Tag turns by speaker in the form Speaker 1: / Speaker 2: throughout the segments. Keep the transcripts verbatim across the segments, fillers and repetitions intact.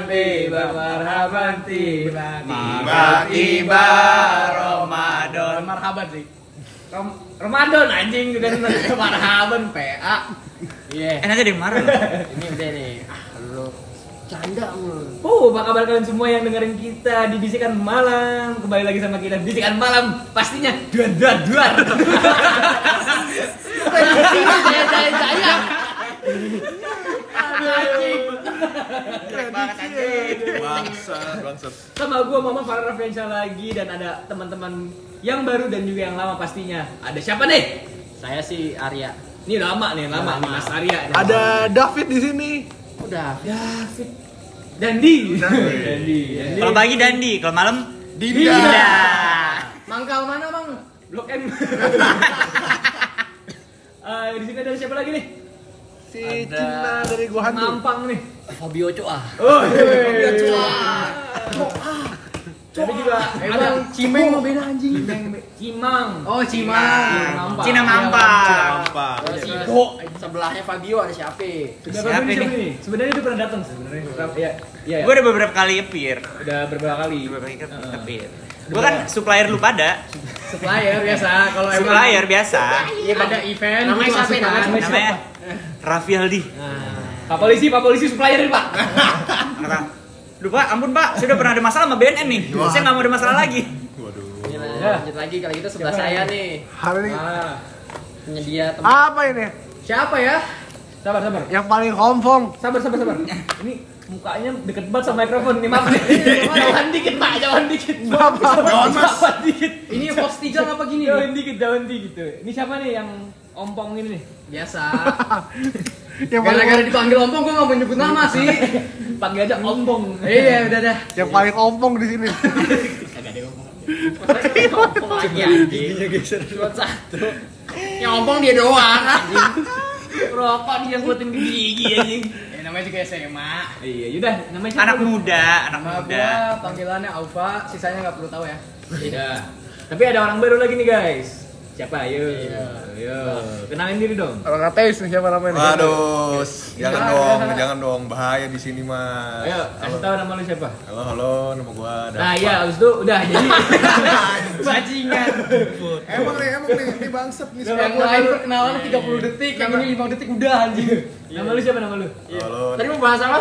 Speaker 1: tiba, marhaban tiba,
Speaker 2: tiba-tiba Ramadan.
Speaker 1: Marhaban sih. Rom- Ramadan anjing juga marhaban P A. Iya.
Speaker 3: Eh nanti ada yang marah.
Speaker 1: Ini udah nih. Ah, lu canda lu. Oh, apa kabar kalian semua yang dengerin kita di Bisikan Malam? Kembali lagi sama kita di Bisikan Malam. Pastinya duar duar duar. Saya saya saya. Anjing.
Speaker 3: Banget anjing.
Speaker 2: Bangsat, bangsat.
Speaker 1: Sama gua Mama Farah Raffiansya lagi dan ada teman-teman yang baru dan juga yang lama pastinya. Ada siapa nih?
Speaker 4: Saya sih Arya.
Speaker 1: Ini lama nih, lama,
Speaker 4: Lama.
Speaker 1: nih Mas Arya.
Speaker 5: Ada David di sini.
Speaker 4: Udah.
Speaker 1: David. Dandi. Dandi.
Speaker 3: Kalau pagi Dandi, kalau malam
Speaker 2: Dinda.
Speaker 3: Dinda.
Speaker 1: Mangkal mana, Bang? Blok M. Eh, di sini ada siapa lagi nih?
Speaker 5: Si
Speaker 4: Ada
Speaker 5: Cina dari Gua Hantu.
Speaker 1: Mampang nih.
Speaker 4: Fabio Coa.
Speaker 1: Oh,
Speaker 4: Fabio Coa.
Speaker 1: Tapi juga
Speaker 4: Emang Cimeng mah beda anjing.
Speaker 1: Cimang.
Speaker 4: Oh, Cimang.
Speaker 3: Cina Mampang.
Speaker 2: Apa?
Speaker 4: Oh, si Go. Sebelahnya Fabio ada siapa?
Speaker 1: Sudah
Speaker 3: Siapa
Speaker 1: berapa
Speaker 3: ini?
Speaker 1: ini? Sebenarnya dia pernah datang sebenarnya. Iya, iya.
Speaker 3: Gue udah beberapa kali appear.
Speaker 1: Udah beberapa kali.
Speaker 3: Beberapa kali
Speaker 1: Heeh.
Speaker 3: appear. Gue kan supplier lu pada.
Speaker 1: Supplier biasa kalau emang
Speaker 3: Supplier biasa.
Speaker 1: iya ada event
Speaker 4: Namanya
Speaker 1: butuh
Speaker 4: siapa?
Speaker 1: masukan.
Speaker 4: Namanya
Speaker 3: Namanya Raffi Aldi.
Speaker 1: Nah, Pak polisi, Pak polisi supplier nih, Pak.
Speaker 3: Kata, Duh pak, ampun pak, saya udah pernah ada masalah sama B N N nih. Saya nggak mau ada masalah lagi.
Speaker 2: Waduh.
Speaker 4: Ini lah,
Speaker 1: Ya.
Speaker 4: lanjut lagi kalau gitu sebelah
Speaker 1: Siapa
Speaker 4: saya
Speaker 1: lagi?
Speaker 4: nih.
Speaker 5: Hari ini
Speaker 1: Ah,
Speaker 4: Penyedia tempat.
Speaker 5: apa ini?
Speaker 1: siapa ya? Sabar, sabar.
Speaker 5: Yang paling kompong.
Speaker 1: Sabar, sabar, sabar. Ini mukanya deket banget sama mikrofon. Ini maaf nih. Jauhan dikit, Pak. Jauhan dikit.
Speaker 2: Jauhan, Mas.
Speaker 1: Jauhan dikit.
Speaker 4: Ini host tijang apa gini?
Speaker 1: Jauhan dikit, jauhan dikit tuh. Ini siapa nih yang ompong ini nih?
Speaker 4: Biasa.
Speaker 5: Yang paling
Speaker 4: Gara-gara dipanggil ompong gue nggak mau nyebut nama sih.
Speaker 1: Panggil aja ompong.
Speaker 4: Iya, udah dah.
Speaker 5: yang paling kompong di sini.
Speaker 1: Kagak ada ompong.
Speaker 4: Ompong lagi anjing. Cuma satu. Yang ompong dia doang anjing.
Speaker 1: Rokok dia buatin ke gigi anjing.
Speaker 4: Ya, namanya juga S M A.
Speaker 1: Iya, yaudah. Namanya siapa?
Speaker 3: Anak muda, anak
Speaker 4: Nama
Speaker 3: muda.
Speaker 4: gua panggilannya Aufa, sisanya nggak perlu tahu ya.
Speaker 1: Iya. Tapi ada orang baru lagi nih, guys. Siapa? Ayo.
Speaker 4: Iya.
Speaker 1: Ayo. Kenalin diri dong.
Speaker 5: Orang ateis nih siapa namanya?
Speaker 2: Waduh, jangan
Speaker 1: Iya.
Speaker 2: dong, jangan dong, bahaya di sini mas.
Speaker 1: Ayo, kasih tahu nama lu siapa?
Speaker 2: Halo, halo, nama gua Dafa.
Speaker 1: Nah, iya, abis itu udah jadi bajingan.
Speaker 2: Emang nih, emang nih, ini bangsat nih semua.
Speaker 4: Yang lain perkenalan tiga puluh detik, yang ini lima detik udah anjing.
Speaker 1: Nama lu siapa nama lu?
Speaker 2: Halo.
Speaker 4: Tadi mau bahas apa?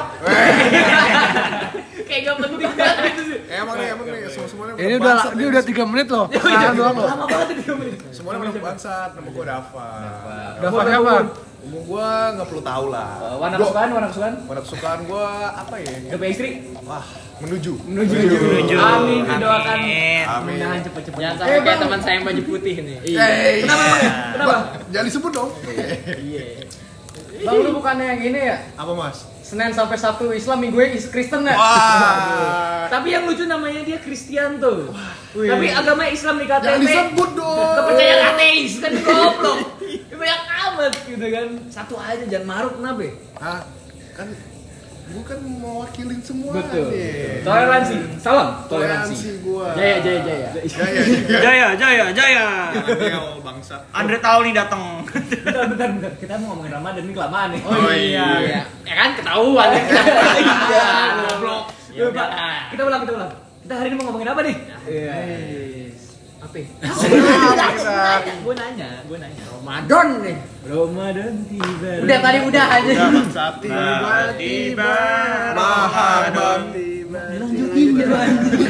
Speaker 1: Kayak gak penting banget gitu sih.
Speaker 2: Emang nih, emang nih, semua semuanya
Speaker 5: Ini udah ini udah tiga menit loh. Sekarang doang loh.
Speaker 1: Lama banget tiga menit.
Speaker 2: semuanya pada bangsat. Nama gua Dafa.
Speaker 5: Dafa siapa?
Speaker 2: Umur gua nggak perlu tahu lah.
Speaker 1: Uh, warna
Speaker 2: Gua-
Speaker 1: kesukaan, warna kesukaan.
Speaker 2: Warna kesukaan gua apa ya?
Speaker 1: Gak punya istri?
Speaker 2: Wah, menuju.
Speaker 1: Menuju.
Speaker 3: Menuju.
Speaker 1: Amin, didoakan.
Speaker 3: Amin.
Speaker 2: Amin.
Speaker 1: Mudahan cepet-cepet.
Speaker 4: Jangan sampai kayak teman saya yang baju putih nih.
Speaker 2: Eh,
Speaker 1: Kenapa? Kenapa?
Speaker 2: Ba- Jangan disebut dong.
Speaker 4: Iya. Bang lu bukannya yang ini ya?
Speaker 2: Apa mas?
Speaker 4: Senin sampai Sabtu Islam, Minggu is Kristen ya?
Speaker 2: Wah.
Speaker 1: Tapi yang lucu namanya dia Kristen tuh. Tapi agama Islam di K T P.
Speaker 2: Jangan disebut dong.
Speaker 1: Kepercayaan ateis kan goblok. Ya banyak amat gitu kan. Satu aja jangan maruk kenapa? ya?
Speaker 2: Hah? Kan gua kan mewakilin semua.
Speaker 1: Betul.
Speaker 2: nih.
Speaker 1: Toleransi. Salam
Speaker 2: Toleransi
Speaker 1: toleransi.
Speaker 2: gua.
Speaker 4: Jaya, jaya, jaya.
Speaker 2: Jaya.
Speaker 3: Jaya, jaya, jaya.
Speaker 2: Jangan bangsat.
Speaker 3: Andre tahu nih datang.
Speaker 1: Bentar, bentar, bentar. Kita mau ngomongin Ramadan ini kelamaan nih.
Speaker 2: Oh, iya.
Speaker 4: iya. Ya kan ketahuan ya.
Speaker 1: Iya, goblok.
Speaker 4: Ya
Speaker 1: Yuk,
Speaker 4: udah.
Speaker 1: Pak. Kita ulang, kita ulang. Kita hari ini mau ngomongin apa nih? Iya.
Speaker 4: Apa?
Speaker 5: Apa kita?
Speaker 1: Gue nanya, gue nanya.
Speaker 4: Ramadan nih.
Speaker 1: Ramadan tiba.
Speaker 4: Udah tadi udah aja.
Speaker 2: Udah bangsat.
Speaker 3: Tiba-tiba
Speaker 2: Ramadan.
Speaker 1: Lanjutin gitu anjing.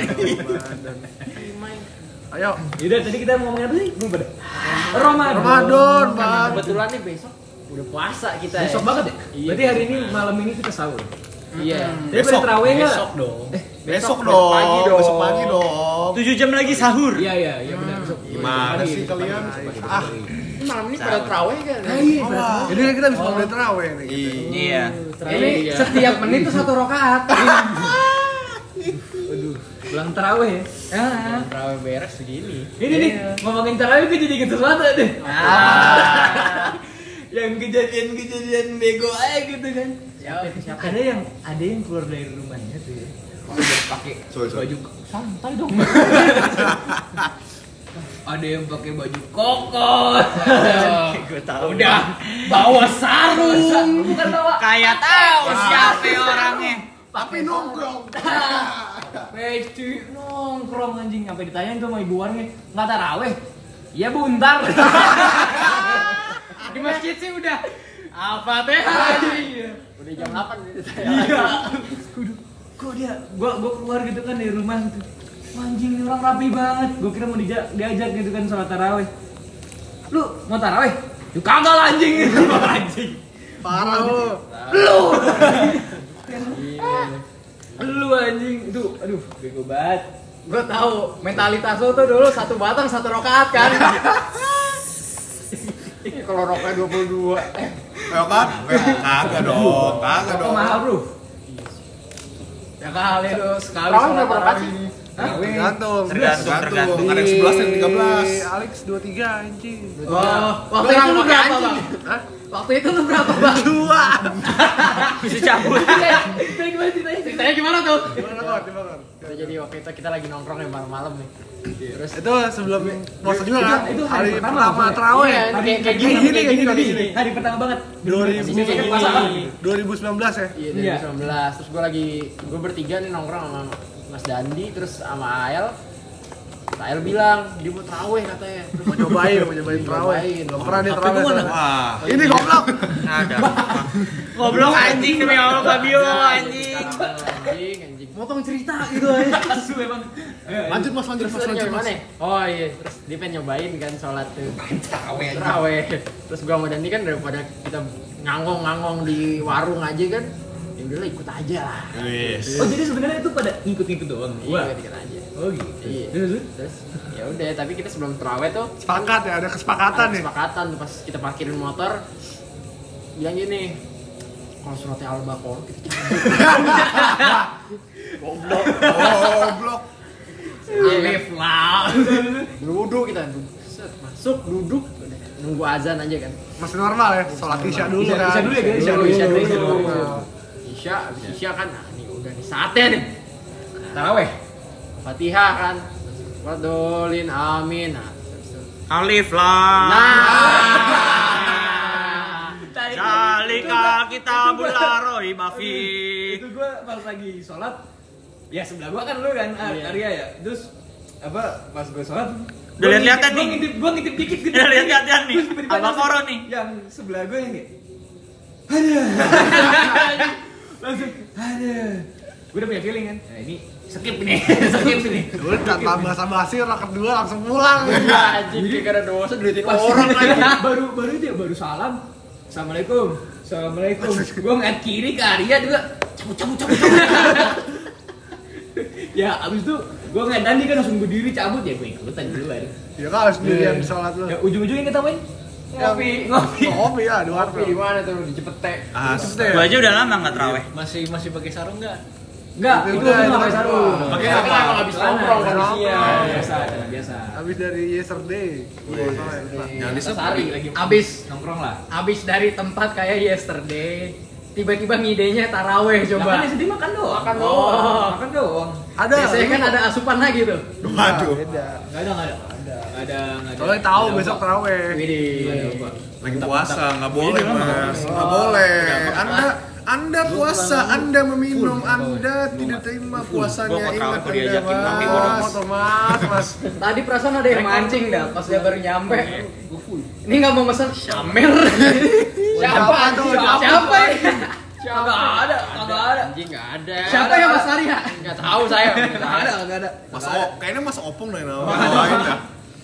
Speaker 5: Ayo.
Speaker 1: Yaudah, tadi kita mau ngomongin apa sih? Gue pada. Ramadan.
Speaker 5: Ramadan, Bang.
Speaker 4: Kebetulan nih besok udah puasa kita.
Speaker 1: Besok
Speaker 4: ya.
Speaker 1: banget ya?
Speaker 4: Iya.
Speaker 1: Berarti hari ini malam ini kita sahur.
Speaker 4: Iya.
Speaker 1: Tapi pada terawih nggak?
Speaker 4: Besok dong.
Speaker 1: Eh,
Speaker 2: Besok
Speaker 4: besok
Speaker 2: dong.
Speaker 4: pagi dong.
Speaker 2: Besok pagi dong.
Speaker 3: tujuh jam lagi sahur.
Speaker 1: Iya, iya, iya benar besok.
Speaker 2: Gimana
Speaker 1: Besok
Speaker 2: sih
Speaker 1: pagi,
Speaker 2: kalian?
Speaker 1: besok pagi, besok
Speaker 2: Ah.
Speaker 1: pagi.
Speaker 4: Ini malam ini pada terawih kan?
Speaker 2: Wah.
Speaker 5: Jadi kita bisa mulai terawih nih.
Speaker 3: Iya.
Speaker 1: Terawih.
Speaker 4: Ini setiap menit tuh satu rakaat.
Speaker 1: Waduh, bulan terawih ya.
Speaker 4: Ya, terawih beres segini.
Speaker 1: Ini nih, ngomongin terawih gue jadi gitu sesuatu deh.
Speaker 4: Ah.
Speaker 1: Yang kejadian-kejadian bego aja gitu kan.
Speaker 4: Siapa? Siapa?
Speaker 1: Ada yang ada yang keluar dari rumahnya tuh ya. Udah pakai
Speaker 2: Sorry, sorry.
Speaker 1: baju santai dong. Ada yang pakai baju koko.
Speaker 3: Gue tahu.
Speaker 1: Udah bawa sarung, bukan bawa
Speaker 3: Kayak tahu siapa orangnya.
Speaker 2: Tapi nongkrong.
Speaker 1: Peci nongkrong anjing, sampai ditanyain tuh sama ibu warungnya, nggak taraweh? Iya buntar.
Speaker 4: Di masjid sih udah Al-Fatihah.
Speaker 1: Udah jam delapan gitu. Iya. Kok dia, gua gua keluar gitu kan dari rumah gitu. Anjing ini orang rapi banget. Gua kira mau diajak, diajak gitu kan sholat taraweh. Lu mau taraweh? Yuk kagak lah anjing. Anjing.
Speaker 5: Parah lu.
Speaker 1: Lu. Lu anjing itu, aduh, bego banget.
Speaker 4: Gue tahu mentalitas lo tuh dulu satu batang satu rokaat kan. Kalau rokaat dua puluh dua.
Speaker 2: Ya kan? Kagak dong, kagak
Speaker 1: Kok
Speaker 2: dong.
Speaker 1: mahal, Bro?
Speaker 4: Ya kali lu sekali
Speaker 1: Tarawih
Speaker 4: sholat
Speaker 1: berapa
Speaker 4: tarawih.
Speaker 1: sih?
Speaker 5: Tergantung.
Speaker 3: Tergantung, tergantung.
Speaker 2: Ada yang sebelas yang tiga belas.
Speaker 5: Di Alex dua puluh tiga anjing.
Speaker 4: Oh, waktu
Speaker 1: Lu
Speaker 4: itu
Speaker 1: yang
Speaker 4: lu
Speaker 1: pakai
Speaker 4: berapa
Speaker 1: anjing.
Speaker 4: bang?
Speaker 5: Hah?
Speaker 4: Waktu itu lu berapa bang?
Speaker 5: Dua.
Speaker 3: Bisa cabut.
Speaker 1: Kayak gimana ceritanya?
Speaker 4: Ceritanya gimana tuh?
Speaker 5: Gimana kok? Gimana kok?
Speaker 4: Jadi waktu itu kita lagi nongkrong ya malam-malam nih. Terus
Speaker 5: Itu sebelum puasa juga kan?
Speaker 1: Itu
Speaker 5: Hari
Speaker 1: hari pertama,
Speaker 5: pertama
Speaker 1: maksudnya.
Speaker 5: terawih.
Speaker 4: Iya,
Speaker 1: Hari
Speaker 4: kayak- kayak
Speaker 1: gini,
Speaker 5: gini,
Speaker 1: kayak
Speaker 5: kayak
Speaker 1: gini,
Speaker 5: gini.
Speaker 1: gini. Hari pertama banget.
Speaker 5: dua ribu
Speaker 1: Ini kayak pas apa?
Speaker 5: dua ribu sembilan belas ya?
Speaker 4: Iya,
Speaker 1: Iya.
Speaker 4: dua ribu sembilan belas. Terus gue lagi, gue bertiga nih nongkrong sama Mas Dandi, terus sama Ael. Ael bilang, dia mau terawih katanya.
Speaker 5: Mau nyobain, mau nyobain terawih.
Speaker 4: Nyobain.
Speaker 5: Belum pernah nih terawih. soalnya.
Speaker 2: Wah.
Speaker 5: Ini goblok.
Speaker 3: Ada. Goblok anjing demi Allah Fabio anjing.
Speaker 4: Anjing, anjing. Motong cerita gitu aja.
Speaker 1: Asu emang.
Speaker 2: Lanjut Mas, lanjut
Speaker 4: Terus
Speaker 2: Mas,
Speaker 4: tadi
Speaker 2: lanjut
Speaker 4: nyampe
Speaker 2: Mas.
Speaker 4: mana? Oh iya, terus dia pengen nyobain kan sholat tuh. Terawih. Terus gua sama Dandi kan daripada kita ngangong-ngangong di warung aja kan, ya udahlah ikut aja lah.
Speaker 2: Wis.
Speaker 1: Oh, jadi sebenarnya itu pada ngikut-ngikut doang.
Speaker 4: Iya, ikut aja.
Speaker 1: Oh gitu.
Speaker 4: Iya.
Speaker 1: Terus terus?
Speaker 4: Terus ya udah, tapi kita sebelum terawih tuh
Speaker 5: Sepakat ya, ada kesepakatan
Speaker 4: ada
Speaker 5: nih.
Speaker 4: kesepakatan tuh pas kita parkirin motor bilang gini, kalau suratnya Al-Baqarah kita
Speaker 2: Goblok. Goblok.
Speaker 4: Alif lah. Duduk kita set, masuk duduk udah, nunggu azan aja kan.
Speaker 5: Masih normal ya, sholat isya dulu
Speaker 1: Isya-
Speaker 5: kan.
Speaker 1: isya dulu ya, guys.
Speaker 4: Isya dulu, Isya dulu, Isya dulu.
Speaker 5: Normal.
Speaker 4: Isya, abis Isya kan, nah ini udah nih saatnya nih.
Speaker 1: Taraweh.
Speaker 4: Fatihah kan. Wadolin amin. Nah, terus- terus.
Speaker 3: Alif lah.
Speaker 4: Nah.
Speaker 3: Salika kita bularoi mafi.
Speaker 1: Itu gua pas lagi sholat, ya sebelah gua kan lu kan,
Speaker 4: Iya.
Speaker 1: Arya ya. Terus apa pas gua sholat,
Speaker 3: Udah lihat-lihatan
Speaker 1: gua
Speaker 3: nih.
Speaker 1: ngintip, gua ngintip dikit gitu.
Speaker 3: Udah lihat-lihatan nih.
Speaker 1: Tiba-tiba
Speaker 3: Al-Baqarah
Speaker 1: langsung
Speaker 3: nih.
Speaker 1: Yang sebelah gua yang kayak, ada. Langsung, ada. Gua udah punya feeling kan. Nah ini skip nih, skip nih.
Speaker 5: Udah tanpa basa-basi, roket dua langsung pulang.
Speaker 4: Anjing kayak ada dosa duitin orang lagi.
Speaker 1: baru baru itu ya, baru salam. Assalamualaikum. Assalamualaikum. Gua ngeliat kiri ke Arya juga. Cabut cabut cabut. cabut. Ya abis itu gua ngeliat Dandi kan langsung berdiri cabut, ya gua ikutan duluan.
Speaker 5: Ya kan harus sendirian sholat lu.
Speaker 1: Ya ujung-ujungnya kita main ngopi ngopi.
Speaker 5: Ngopi ya, di
Speaker 4: Tapi
Speaker 5: warung.
Speaker 4: di mana tuh di Cepete?
Speaker 2: Astaga.
Speaker 3: Gua aja udah lama nggak terawih.
Speaker 6: Masih masih pakai sarung nggak?
Speaker 1: Enggak,
Speaker 5: Itu
Speaker 1: itu
Speaker 5: udah,
Speaker 1: itu
Speaker 5: itu
Speaker 1: pakai sarung.
Speaker 5: udah.
Speaker 1: Pakai
Speaker 4: Tapi
Speaker 1: apa?
Speaker 4: kan emang habis nongkrong kan
Speaker 5: Nongkrong.
Speaker 1: Iya, biasa, cara biasa.
Speaker 5: Habis dari yesterday. Gua salah ya, lupa.
Speaker 2: Jangan disebut.
Speaker 1: Sari lagi
Speaker 4: Abis
Speaker 1: nongkrong lah.
Speaker 4: abis dari tempat kayak yesterday, tiba-tiba ngidenya taraweh
Speaker 1: Coba.
Speaker 4: coba.
Speaker 1: Kan di sini makan doang.
Speaker 4: Makan
Speaker 1: Oh,
Speaker 4: doang.
Speaker 1: Makan doang.
Speaker 5: Ada.
Speaker 4: Biasanya kan ada asupan lagi tuh.
Speaker 2: Waduh.
Speaker 5: Beda.
Speaker 1: Enggak ada, enggak ada. Enggak ada, enggak ada.
Speaker 5: Soalnya tahu
Speaker 1: Nggak
Speaker 5: besok
Speaker 1: ada.
Speaker 5: terawih.
Speaker 4: Widih.
Speaker 2: Lagi puasa, nggak boleh Mas. Nggak boleh. Anda Anda puasa, Anda meminum, Anda tidak terima puasanya.
Speaker 3: Gua kok
Speaker 2: Ingat
Speaker 3: terawih, gua
Speaker 2: Anda,
Speaker 3: diajakin ngopi, gua
Speaker 2: Mas.
Speaker 5: Foto mas, mas.
Speaker 4: Tadi perasaan ada yang mancing dah pas dia baru nyampe. Ini nggak mau pesan Syamel. Siapa
Speaker 5: tuh?
Speaker 4: Siapa? Siapa ya?
Speaker 1: Kagak ada, kagak ada.
Speaker 4: Anjing nggak ada.
Speaker 1: Siapa ya, Mas Arya?
Speaker 4: Nggak tahu saya.
Speaker 1: Enggak ada, enggak ada.
Speaker 2: Mas O, kayaknya Mas Opong deh namanya. Lain dah.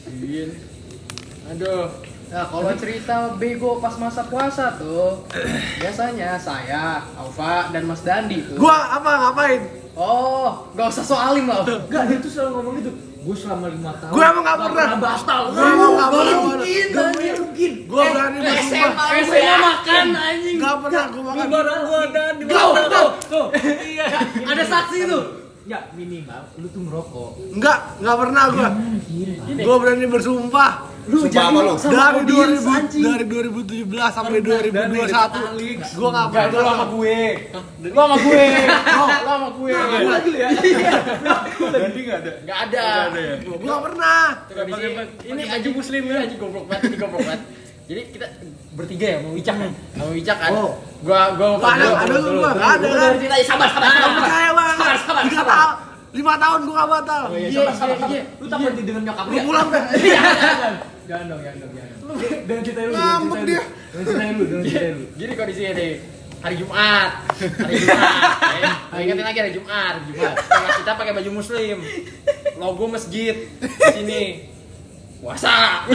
Speaker 4: Aduh. Nah, kalau cerita bego pas masa puasa tuh, biasanya saya, Alfa, dan Mas Dandi tuh.
Speaker 5: Gua apa ngapain?
Speaker 4: Oh, nggak usah soalin loh.
Speaker 1: Enggak, dia tuh selalu ngomong gitu. Gue selama lima tahun.
Speaker 5: Gua emang nggak pernah.
Speaker 1: batal.
Speaker 5: Gua emang nggak pernah.
Speaker 1: Mungkin, Daniel mungkin.
Speaker 5: Gua berani bersumpah.
Speaker 4: S M A makan anjing.
Speaker 5: Gak pernah gua makan.
Speaker 1: Gua dan di
Speaker 4: Tuh, tuh,
Speaker 1: tuh. Iya.
Speaker 4: Ada saksi tuh.
Speaker 1: Ya minimal lu tuh ngerokok.
Speaker 5: Enggak, enggak pernah gua. Gua berani bersumpah.
Speaker 4: Lu
Speaker 2: Sumpah apa lu?
Speaker 5: Dari dua ribu dari dua ribu tujuh belas sampai dua ribu dua puluh satu gua enggak
Speaker 4: Enggak,
Speaker 5: pernah.
Speaker 4: lu sama gue. Lu sama gue. Oh, lu sama gue.
Speaker 1: Aku lagi lu ya.
Speaker 6: Dandi nggak ada.
Speaker 4: Enggak ada.
Speaker 5: Gua enggak pernah.
Speaker 4: Ini baju muslim ya, anjing goblok banget, ini goblok banget. Jadi kita bertiga ya, mau Wicak kan? Mau Wicak kan?
Speaker 5: Oh.
Speaker 4: Gua gua
Speaker 5: Gak ada, ada lu gua, gak ada kan?
Speaker 4: Cerita sabar sabar
Speaker 5: Gak
Speaker 4: sabar.
Speaker 5: percaya banget.
Speaker 4: Sabar sabar
Speaker 5: Tiga
Speaker 4: sabar.
Speaker 5: tahun, lima tahun gua gak batal.
Speaker 4: Oh, iya,
Speaker 1: Iya,
Speaker 4: sabar, sabar,
Speaker 1: iya,
Speaker 4: sabar.
Speaker 1: lu takut dengan nyokap
Speaker 5: Lu
Speaker 1: lu.
Speaker 5: pulang deh.
Speaker 1: Jangan dong, jangan dong, jangan. Dan ceritain lu.
Speaker 2: Ngambek dia.
Speaker 1: Dan ceritain lu, dan ceritain lu.
Speaker 4: Gini kondisinya nih. Hari Jumat. Hari Jumat. Ya. Oh, ingetin lagi hari Jumat, hari Jumat. Setelah kita pakai baju muslim. Logo masjid di sini. Puasa.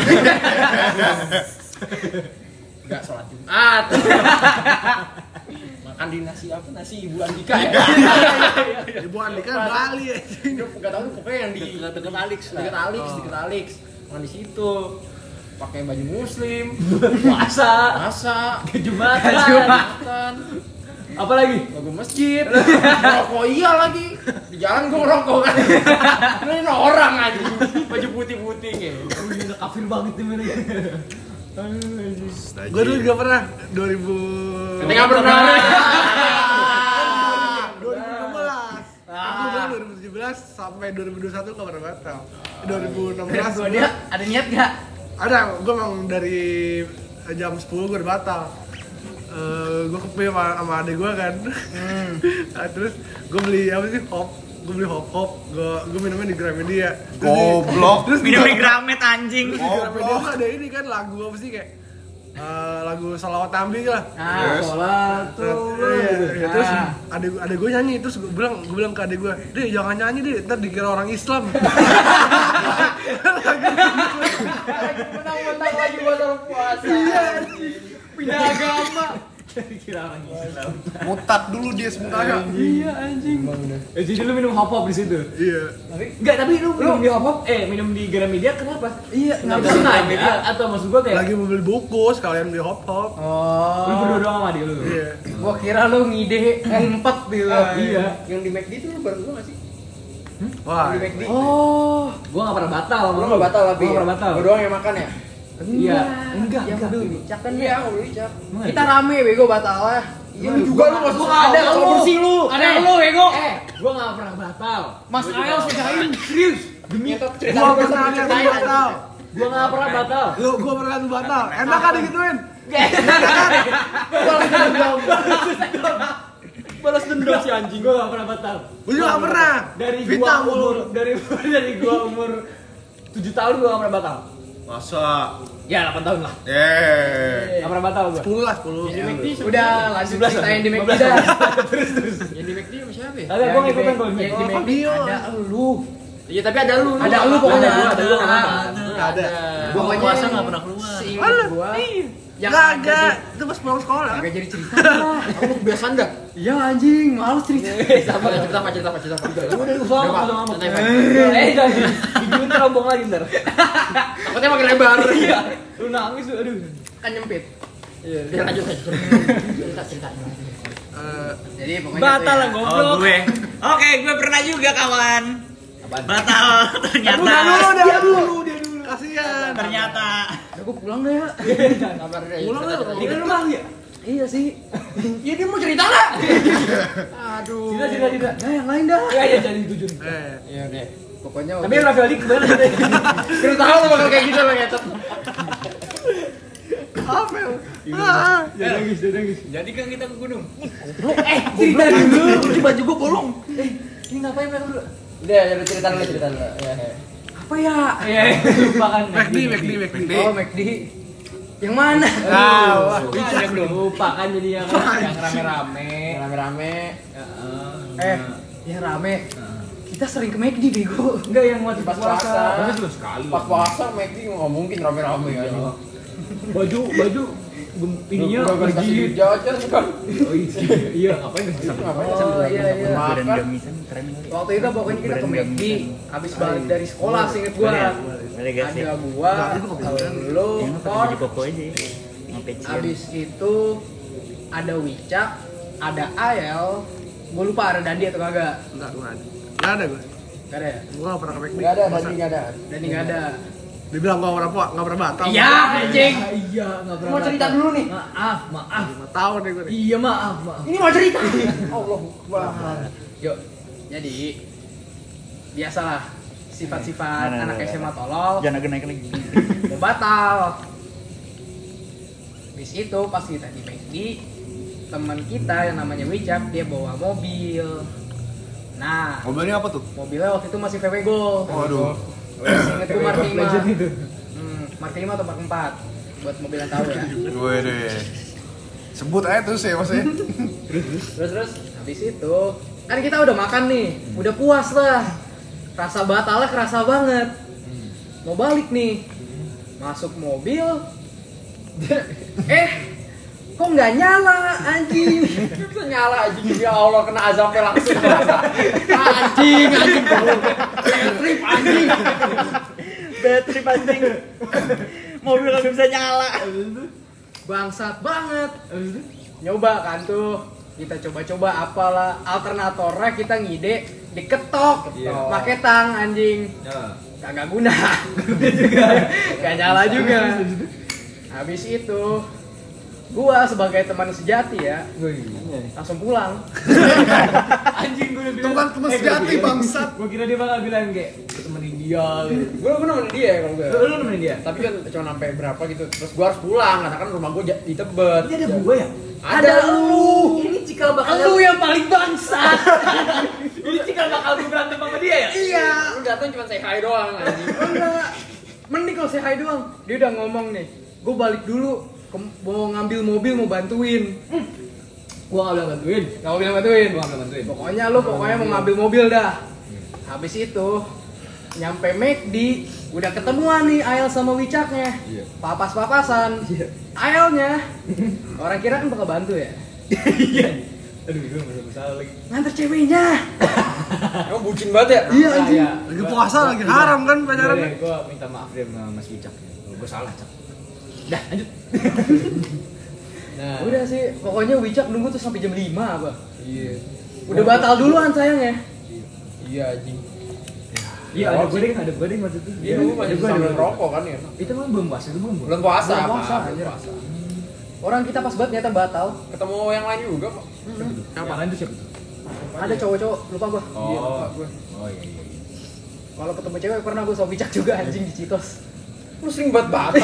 Speaker 4: Enggak sholat Jumat. Makan di nasi apa? Nasi Ibu Andika ya.
Speaker 5: Ibu Andika Bali ya.
Speaker 4: Enggak tahu pokoknya yang di dekat Alex, dekat Alex, dekat Alex. Makan di situ. Pakai baju muslim,
Speaker 1: Puasa.
Speaker 4: masa,
Speaker 1: Jumatan.
Speaker 4: Jumatan.
Speaker 1: Apa lagi?
Speaker 4: Logo masjid. Rokok iya lagi. Di jalan gua ngerokok kan. Ini orang aja. Baju putih-putih gitu.
Speaker 1: Oh, ini udah kafir banget nih mana.
Speaker 5: Gua dulu juga pernah dua ribu
Speaker 4: Ketika pernah.
Speaker 5: dua ribu enam belas. Aku bilang dua ribu tujuh belas sampai dua ribu dua puluh satu gak pernah batal. dua ribu enam belas
Speaker 1: Gua dia ada niat enggak?
Speaker 5: ada, gue emang dari jam sepuluh gue udah batal. Uh, gue kepi sama, sama adek gue kan. Hmm. Nah, terus gue beli apa sih hop, gue beli hop hop, gue gue minumnya di Gramedia. Terus di-
Speaker 2: Goblok.
Speaker 5: Terus
Speaker 3: Minum di Gramet anjing.
Speaker 5: di Gramedia tuh ada ini kan lagu apa sih kayak uh, lagu Salawat Nabi lah.
Speaker 1: Ah,
Speaker 2: Yes.
Speaker 1: sholat tuh.
Speaker 5: Iya, iya. Terus
Speaker 1: Ah.
Speaker 5: adek adek gue nyanyi, terus gue bilang gue bilang ke adek gue, deh jangan nyanyi deh, ntar dikira orang Islam.
Speaker 4: Menang-menang lagi batal puasa.
Speaker 1: Pindah agama. Kira orang Islam.
Speaker 2: Mutat dulu dia sementara.
Speaker 1: Iya anjing. Eh, jadi lu minum hop hop di situ.
Speaker 5: Iya.
Speaker 1: Tapi enggak, tapi lu minum di hop hop, eh minum di Gramedia kenapa? Iya, kenapa sengaja atau maksud gua kayak
Speaker 5: Lagi mau beli buku, sekalian beli hop hop.
Speaker 1: lu berdua doang sama dia lu.
Speaker 5: Iya.
Speaker 4: Gua kira lu ngide ngumpet gitu.
Speaker 1: Iya.
Speaker 4: Yang di McD itu lu bareng gua enggak sih?
Speaker 5: Wah.
Speaker 4: Di McD.
Speaker 1: Oh, gua enggak pernah batal.
Speaker 4: Lu enggak batal tapi.
Speaker 1: Gua enggak pernah batal.
Speaker 4: Gua doang yang makan ya?
Speaker 1: Iya. Enggak,
Speaker 4: Yang
Speaker 1: enggak.
Speaker 4: mobil Wicak kan ya, mobil Wicak.
Speaker 1: Emang
Speaker 4: Kita rame bego batal lah. Iya lu juga lu masuk ada kalau bersih lu.
Speaker 1: Ada lu, Ego. Eh, gua enggak pernah batal.
Speaker 4: Mas Ayel sedain.
Speaker 1: Serius. Demi
Speaker 4: cerita
Speaker 5: Gua
Speaker 4: lu
Speaker 5: pernah
Speaker 4: pernah
Speaker 5: ada yang batal.
Speaker 1: gua enggak pernah batal.
Speaker 5: Lu gua pernah tuh batal. Enak kan digituin?
Speaker 1: Balas dendam si anjing. Gua enggak pernah batal.
Speaker 5: Gua juga gak pernah.
Speaker 1: Dari
Speaker 5: Fitnah
Speaker 1: gua
Speaker 5: mulu.
Speaker 1: umur dari dari gua umur tujuh tahun gua enggak pernah batal.
Speaker 2: Masa?
Speaker 1: Ya, delapan tahun lah.
Speaker 2: Yeay.
Speaker 1: Enggak pernah batal gua.
Speaker 5: sepuluh lah, sepuluh.
Speaker 4: Udah lanjut cerita yang di McD dah. Terus terus. Yang di McD sama siapa ya?
Speaker 1: Ada gua ngikutin gua.
Speaker 4: Yang di McD ada lu.
Speaker 1: Iya, tapi ada lu.
Speaker 4: Ada lu pokoknya.
Speaker 1: Ada gua, ada gua.
Speaker 4: Ada.
Speaker 5: Ada.
Speaker 6: Gua
Speaker 4: Pokoknya
Speaker 6: puasa
Speaker 4: yang
Speaker 6: nggak pernah keluar.
Speaker 4: Seingat gua. Yang
Speaker 5: Gak,
Speaker 4: ada
Speaker 5: gak. Itu pas pulang sekolah.
Speaker 4: Agak jadi cerita. Kamu kebiasaan dah. Iya anjing, males cerita. Sama cerita apa cerita apa cerita apa.
Speaker 1: Udah usah
Speaker 4: Udah, Pak.
Speaker 1: ngomong.
Speaker 4: Santai, Pak.
Speaker 1: Eh, jangan. Videoin terombong lagi ntar.
Speaker 4: Takutnya makin lebar.
Speaker 1: Iya. Lu nangis lu, aduh.
Speaker 4: Kan nyempit. Iya, udah lanjut aja. Cerita cerita.
Speaker 5: Eh,
Speaker 4: Jadi pokoknya
Speaker 1: Batal lah
Speaker 4: itu ya.
Speaker 1: goblok.
Speaker 3: Oh gue. Oke, gue pernah juga kawan. Batal ternyata.
Speaker 5: Udah dulu, dia dulu, dia dulu. Kasihan.
Speaker 3: Ternyata.
Speaker 4: Udah gua pulang deh ya. Kabar deh.
Speaker 5: Pulang
Speaker 4: cerita,
Speaker 5: deh.
Speaker 4: cerita.
Speaker 1: Ini kan rumah ya?
Speaker 4: Iya sih. Iya dia mau cerita nggak? Aduh.
Speaker 1: Cerita, cerita, cerita.
Speaker 4: Nah yang lain dah.
Speaker 1: Iya, iya, jadi tujuh.
Speaker 5: Eh,
Speaker 4: Iya deh. Pokoknya.
Speaker 1: Tapi yang Rafael Dik kemana?
Speaker 4: Kita tahu lo bakal kayak gitu lo ngetet.
Speaker 5: apa ya? Ah,
Speaker 1: Jangan nangis, jangan nangis.
Speaker 6: Jadi kan kita ke gunung.
Speaker 1: Eh, cerita dulu. Ini baju gua bolong. Eh, ini ngapain mereka berdua?
Speaker 4: Udah, ya cerita dulu cerita dulu. Ya, ya.
Speaker 1: Apa ya? Iya, lupakan.
Speaker 5: McD, McD, McD.
Speaker 4: Oh, McD. Yang mana?
Speaker 5: Ah, wah.
Speaker 1: Bijak dong. Lupakan jadi yang yang rame-rame.
Speaker 4: Rame-rame.
Speaker 1: Heeh.
Speaker 4: Eh, yang rame. Kita sering ke McD bego.
Speaker 1: Enggak yang waktu
Speaker 4: Pas
Speaker 1: puasa.
Speaker 4: puasa.
Speaker 1: Tapi cuma sekali.
Speaker 4: Pas puasa McD nggak mungkin rame-rame ya.
Speaker 1: Baju, baju gem- ininya
Speaker 4: Udah gak dikasih duit
Speaker 1: masjid.
Speaker 4: jajan kan.
Speaker 1: Oh iya, iya, ngapain nggak bisa?
Speaker 4: Ngapain sambil
Speaker 3: Oh,
Speaker 4: iya, iya.
Speaker 3: Badan
Speaker 4: Makan.
Speaker 3: gamisan keren kali.
Speaker 4: Waktu itu pokoknya kita ke McD habis balik dari sekolah seinget gua.
Speaker 3: Boleh gas ya.
Speaker 4: Ada gua, lu,
Speaker 3: Yang apa
Speaker 4: Thor,
Speaker 3: baju koko aja. Mau pecian.
Speaker 4: abis itu ada Wicak, ada Ayel, gua lupa ada Dandi atau kagak.
Speaker 5: Enggak, gua ada. Enggak ada gua.
Speaker 4: Gak ada ya?
Speaker 5: Gua gak pernah ke McD.
Speaker 4: Gak ada,
Speaker 5: Masa?
Speaker 4: Dandi gak ada. Dandi gak ada.
Speaker 5: Dibilang gua gak pernah puas, gak pernah batal.
Speaker 4: Iya, anjing.
Speaker 1: Iya, nggak pernah.
Speaker 4: Mau cerita
Speaker 1: batal.
Speaker 4: dulu nih.
Speaker 1: Maaf, maaf.
Speaker 5: lima tahun deh gua nih.
Speaker 1: Iya, maaf, maaf.
Speaker 4: Ini mau cerita. Allah Akbar. Yuk. Jadi biasalah sifat-sifat
Speaker 3: Nah, nah,
Speaker 4: anak
Speaker 3: nah,
Speaker 4: S M A
Speaker 3: nah.
Speaker 4: tolol
Speaker 3: Jangan naik naik lagi.
Speaker 4: mau batal. Habis itu pas kita di McD, teman kita yang namanya Wicak dia bawa mobil. Nah,
Speaker 2: Mobilnya apa tuh?
Speaker 4: mobilnya waktu itu masih V W Gol.
Speaker 2: Waduh.
Speaker 4: Ingat gue Mark lima.
Speaker 1: Legend itu.
Speaker 4: Hmm, Mark lima atau Mark empat buat mobil yang tahu ya.
Speaker 2: Gue deh. Sebut aja terus ya maksudnya.
Speaker 4: Terus terus habis itu kan kita udah makan nih, udah puas lah. Rasa batalnya kerasa banget. Mau balik nih. Masuk mobil. eh, kok nggak nyala anjing?
Speaker 6: Bisa nyala anjing, ya Allah kena azabnya langsung. Anjing, anjing.
Speaker 4: Trip anjing.
Speaker 3: Bad trip anjing. Mobil nggak bisa nyala.
Speaker 4: Bangsat banget. Nyoba kan tuh. Kita coba-coba apalah alternatornya kita ngide diketok.
Speaker 1: Iya.
Speaker 4: Pakai tang anjing.
Speaker 1: Ya.
Speaker 4: Kagak guna. Gak nyala juga. Habis itu gua sebagai teman sejati ya langsung pulang.
Speaker 1: Anjing gue udah bilang.
Speaker 2: Teman teman sejati bangsat.
Speaker 1: Gue kira dia bakal bilang kayak "Gua temenin dia gitu.
Speaker 6: Gue gue nemenin dia kalau gue.
Speaker 1: Lu, lu nemenin dia?
Speaker 6: Tapi kan cuma sampai berapa gitu. Terus gue harus pulang karena kan rumah gue di Tebet.
Speaker 1: Ini ada gue ya?
Speaker 6: Ada lu.
Speaker 1: Ini cikal bakal
Speaker 4: Lu yang paling bangsat.
Speaker 1: Ini cikal bakal gue berantem sama dia ya?
Speaker 4: Iya.
Speaker 6: Lu datang cuma say hi doang anjing.
Speaker 4: Enggak. Mending kalau saya hai doang. Dia udah ngomong nih. Gue balik dulu. Ke- mau ngambil mobil mau bantuin.
Speaker 1: Gue gak bilang bantuin.
Speaker 4: Gak mau bilang bantuin.
Speaker 1: Gue gak bilang bantuin.
Speaker 4: Pokoknya lu pokoknya mau ngambil mobil dah. Habis itu nyampe McD udah ketemuan nih Ael sama Wicaknya. Papas-papasan. Aelnya orang kira kan bakal bantu ya.
Speaker 1: Aduh, gue gak masalah lagi.
Speaker 4: Nganter ceweknya.
Speaker 6: Emang bucin banget ya?
Speaker 5: Iya anjing.
Speaker 1: Iya.
Speaker 5: Lagi puasa lagi haram kan pacarannya.
Speaker 1: Gue minta maaf deh sama Mas Wicak. Gue salah, Cak. Dah, lanjut. Nah,
Speaker 4: Udah sih, pokoknya Wicak nunggu tuh sampai jam lima apa.
Speaker 6: Iya.
Speaker 4: Udah batal duluan sayangnya.
Speaker 6: Iya anjing.
Speaker 1: iya ada gue deh, ada gue deh waktu itu.
Speaker 6: Dia dulu masih sambil rokok kan ya.
Speaker 1: Itu mah belum puasa, itu belum
Speaker 6: Bulan puasa.
Speaker 4: Bulan puasa,
Speaker 6: Pak.
Speaker 4: anjir.
Speaker 6: Bulan puasa.
Speaker 4: Orang kita pas banget ternyata batal.
Speaker 6: Ketemu yang lain juga kok.
Speaker 1: Yang lain tuh siapa tuh?
Speaker 4: Ada cowok-cowok, lupa gua.
Speaker 1: Oh.
Speaker 6: Iya, lupa gue.
Speaker 1: Oh iya iya. iya.
Speaker 4: Kalau ketemu cewek pernah gua sama Wicak juga anjing di Citos.
Speaker 6: Lu sering banget batal.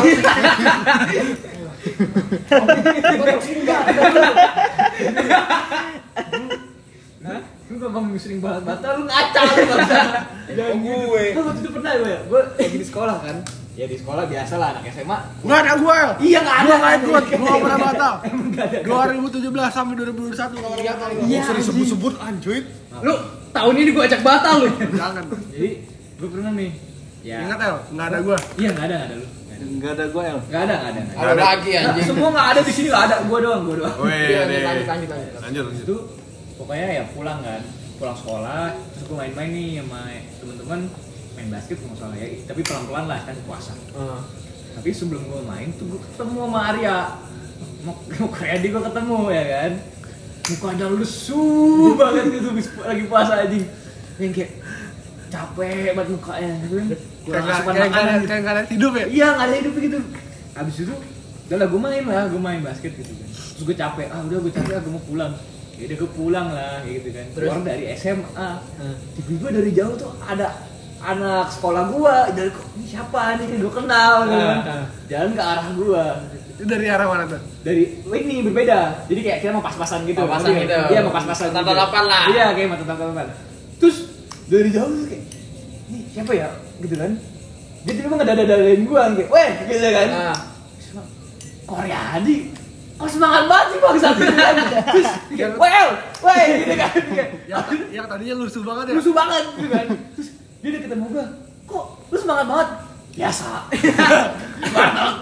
Speaker 1: Hah? Lu gak ngomong sering banget batal, lu ngaca lu bangsa.
Speaker 6: Oh, gue.
Speaker 1: Lu waktu itu pernah gue ya? Gue lagi di sekolah kan. Ya di sekolah biasa lah, anak S M A.
Speaker 5: Enggak ada gue.
Speaker 1: Iya nggak ada.
Speaker 5: Gua nggak ikut, gua nggak pernah batal.
Speaker 1: Emang nggak ada.
Speaker 5: dua ribu tujuh belas sampai dua ribu dua puluh satu nggak pernah batal.
Speaker 1: Iya,
Speaker 2: Sering sebut-sebut anjuit.
Speaker 4: Lu tahun ini gua ajak batal lu.
Speaker 5: Jangan.
Speaker 1: Jadi gue pernah nih. Ya.
Speaker 5: Ingat El, nggak ada gue.
Speaker 1: Iya nggak ada nggak ada lu.
Speaker 7: Enggak ada gue El.
Speaker 1: Nggak ada nggak ada. nggak ada.
Speaker 6: Ada lagi
Speaker 1: Nggak,
Speaker 6: anjing.
Speaker 1: semua nggak ada di sini nggak ada. Gue doang gue doang.
Speaker 2: Weh,
Speaker 6: Iya,
Speaker 2: deh.
Speaker 6: lanjut lanjut lanjut.
Speaker 2: Lanjut, lanjut.
Speaker 1: Itu pokoknya ya pulang kan, pulang sekolah, terus gue main-main nih sama teman-teman main basket nggak salah ya, tapi pelan-pelan lah kan puasa.
Speaker 6: Heeh.
Speaker 1: Tapi sebelum gue main tuh gue ketemu sama Arya, mau mau Kredi gue ketemu ya kan, mukanya lesu banget gitu lagi puasa aja, yang kayak capek banget mukanya gitu kan. Gue
Speaker 5: Kayak
Speaker 1: asupan
Speaker 5: nggak-
Speaker 1: makanan
Speaker 5: kayak
Speaker 1: gitu.
Speaker 5: kayak nggak ada hidup ya.
Speaker 1: Iya nggak ada hidup gitu. Abis itu, udah lah gue main lah, gue main basket gitu kan. Terus gue capek, ah udah gue capek, ah gue mau pulang. Ya udah gue pulang lah, kayak gitu kan. Keluar dari S M A, tiba-tiba dari jauh tuh ada anak sekolah gua, dari kok ini siapa nih, gue kenal gitu kan. Jalan ke arah gua.
Speaker 5: Itu dari arah mana tuh?
Speaker 1: Dari oh, ini berbeda. Jadi kayak kita mau pas-pasan gitu.
Speaker 6: Pas-pasan
Speaker 1: Ngerti
Speaker 6: gitu.
Speaker 1: nggak? Iya, mau pas-pasan. gitu.
Speaker 6: Tatap-tatapan lah.
Speaker 1: Iya, kayak mau tatap-tatapan. Terus dari jauh tuh kayak ini siapa ya? Gitu kan. Dia tiba-tiba ngedada-dadain gua kayak, "Weh," gitu kan.
Speaker 6: Nah,
Speaker 1: Koryadi, kok semangat banget sih bang satu kan? Terus, kayak, well, weh, gitu kan? Kayak,
Speaker 5: Yang, yang tadinya lusuh banget ya.
Speaker 1: lusuh banget, gitu kan? Terus dia udah ketemu gua, kok lu semangat banget? Biasa. Banak.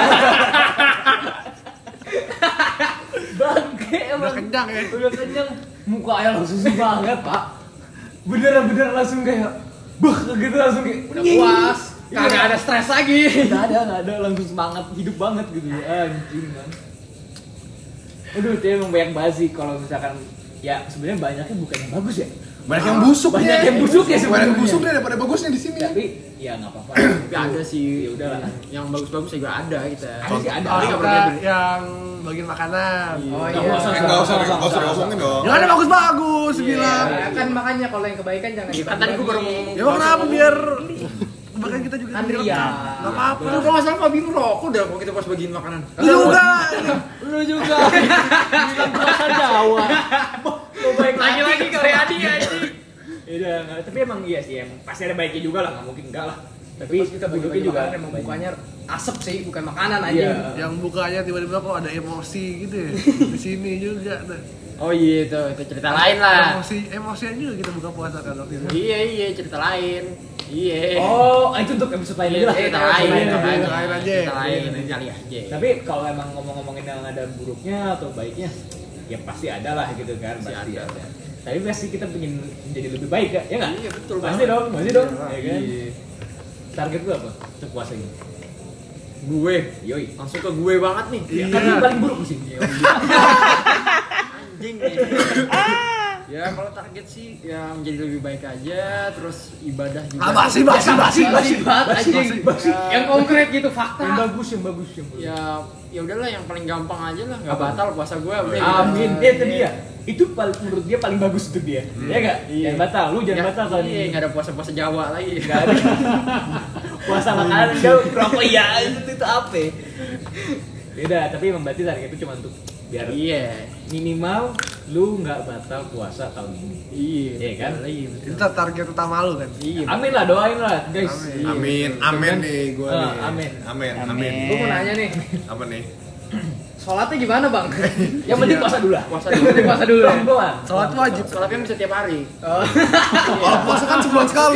Speaker 1: Bangke emang.
Speaker 5: Udah kenyang ya.
Speaker 1: Udah kenyang. Mukanya langsung banget pak. Bener-bener langsung kayak, bah gitu langsung kayak
Speaker 6: udah puas.
Speaker 1: Iya.
Speaker 6: Kagak ada stres lagi.
Speaker 1: Nggak ada, nggak ada, langsung semangat, hidup banget gitu anjing man. Aduh, itu emang banyak banget sih kalau misalkan ya sebenarnya banyaknya bukan yang bagus ya.
Speaker 2: Banyak yang busuknya.
Speaker 1: Banyak yang busuk ya
Speaker 2: Banyak yang
Speaker 1: sebenarnya.
Speaker 2: busuknya daripada bagusnya di sini.
Speaker 1: Tapi ya nggak apa-apa.
Speaker 6: Tapi ada sih.
Speaker 1: Ya udahlah.
Speaker 6: Yang bagus-bagus juga ada kita.
Speaker 1: Ada sih ada.
Speaker 5: Oh,
Speaker 6: Tapi nggak
Speaker 5: kita
Speaker 6: pernah
Speaker 5: yang bagian makanan.
Speaker 6: Oh
Speaker 1: Nggak
Speaker 6: iya.
Speaker 1: usah,
Speaker 2: Eh, nggak usah, nggak usah diomongin dong.
Speaker 5: Yang ada bagus-bagus,
Speaker 1: Iya.
Speaker 5: bilang.
Speaker 4: Ya kan makanya kalau yang kebaikan jangan
Speaker 6: Kan tadi gua baru
Speaker 4: dibagi.
Speaker 6: ngomong.
Speaker 5: Ya emang kenapa biar bahkan kita juga
Speaker 4: Andrea.
Speaker 5: direkam. Enggak apa-apa.
Speaker 6: Lu kalau nggak salah Fabi merokok udah kalau kita pas bagiin makanan.
Speaker 5: Lu juga.
Speaker 1: Lu juga. Bilang bahasa Jawa.
Speaker 3: Lo baik
Speaker 4: Lagi-lagi kali Adi anjing.
Speaker 3: Iya, nggak, tapi emang iya sih, emang pasti ada baiknya juga lah, nggak mungkin enggak lah. Tapi
Speaker 4: Pas kita
Speaker 3: duduknya
Speaker 4: bagi
Speaker 3: juga
Speaker 4: makanan emang bukanya asap sih, bukan makanan aja.
Speaker 3: Iya.
Speaker 5: Yang bukanya tiba-tiba kok ada emosi gitu ya. Di sini juga. Nah.
Speaker 6: Oh iya itu, itu cerita lain lah.
Speaker 5: Emosi, emosian juga kita buka puasa kan waktu itu.
Speaker 6: Iya iya cerita lain. Iya.
Speaker 3: Oh, itu untuk episode lain aja lah.
Speaker 6: cerita lain,
Speaker 3: Lain
Speaker 6: cerita
Speaker 3: aja.
Speaker 6: lain,
Speaker 5: lain aja.
Speaker 6: cerita lain
Speaker 3: Iya.
Speaker 6: kali aja.
Speaker 3: Tapi kalau emang ngomong-ngomongin yang ada buruknya atau baiknya, ya pasti ada lah gitu kan,
Speaker 6: Pasti
Speaker 3: pasti
Speaker 6: ada.
Speaker 3: ada. Tapi pasti kita pengen menjadi lebih baik kan, ya nggak?
Speaker 6: Iya, betul
Speaker 3: Pasti
Speaker 6: banget.
Speaker 3: dong, pasti dong,
Speaker 5: Iya,
Speaker 3: ya kan?
Speaker 6: Iya.
Speaker 3: Target lu apa untuk puasa ini?
Speaker 6: Gue,
Speaker 3: Yoi.
Speaker 6: langsung ke gue banget nih.
Speaker 5: Iya.
Speaker 3: Kan yang paling buruk sih.
Speaker 6: Anjing nih. Ya kalau target sih ya menjadi lebih baik aja, terus ibadah juga.
Speaker 5: Ah, basi, basi, basi,
Speaker 4: Basi banget
Speaker 3: Basi,
Speaker 4: anjing.
Speaker 3: basi.
Speaker 4: Yang konkret gitu fakta.
Speaker 3: Yang bagus, yang bagus, yang bagus.
Speaker 6: Ya ya udahlah yang paling gampang aja lah, nggak batal puasa gue. Udah
Speaker 3: Amin.
Speaker 6: gitu.
Speaker 3: Dia itu dia. Itu paling menurut dia paling bagus untuk dia. Ya enggak?
Speaker 6: Iya.
Speaker 3: Jangan batal. Lu jangan
Speaker 6: Ya,
Speaker 3: batal kan.
Speaker 6: Iya, nggak ada puasa-puasa Jawa lagi.
Speaker 3: Enggak ada. Puasa makanan jauh rokok ya itu itu apa? Beda, tapi emang berarti target itu cuma untuk biar
Speaker 6: Iya.
Speaker 3: minimal lu nggak batal puasa tahun ini.
Speaker 6: Iya.
Speaker 3: Iya kan?
Speaker 6: Iya.
Speaker 5: Itu target utama lu kan.
Speaker 6: Iya.
Speaker 3: Amin lah, doain lah guys.
Speaker 5: Amin.
Speaker 3: Iya.
Speaker 2: Amin, amin nih gue
Speaker 3: Ah,
Speaker 2: nih.
Speaker 3: amin.
Speaker 2: Amin,
Speaker 3: Amin.
Speaker 2: amin.
Speaker 4: Gue mau nanya nih,
Speaker 2: Apa nih?
Speaker 4: sholatnya gimana bang?
Speaker 3: Yang penting puasa dulu lah.
Speaker 6: Puasa
Speaker 4: Yang
Speaker 6: dulu.
Speaker 4: penting puasa dulu ya.
Speaker 3: Doang.
Speaker 5: Sholat wajib.
Speaker 6: Sholatnya bisa tiap hari.
Speaker 4: Oh.
Speaker 2: Kalau puasa kan sebulan sekali.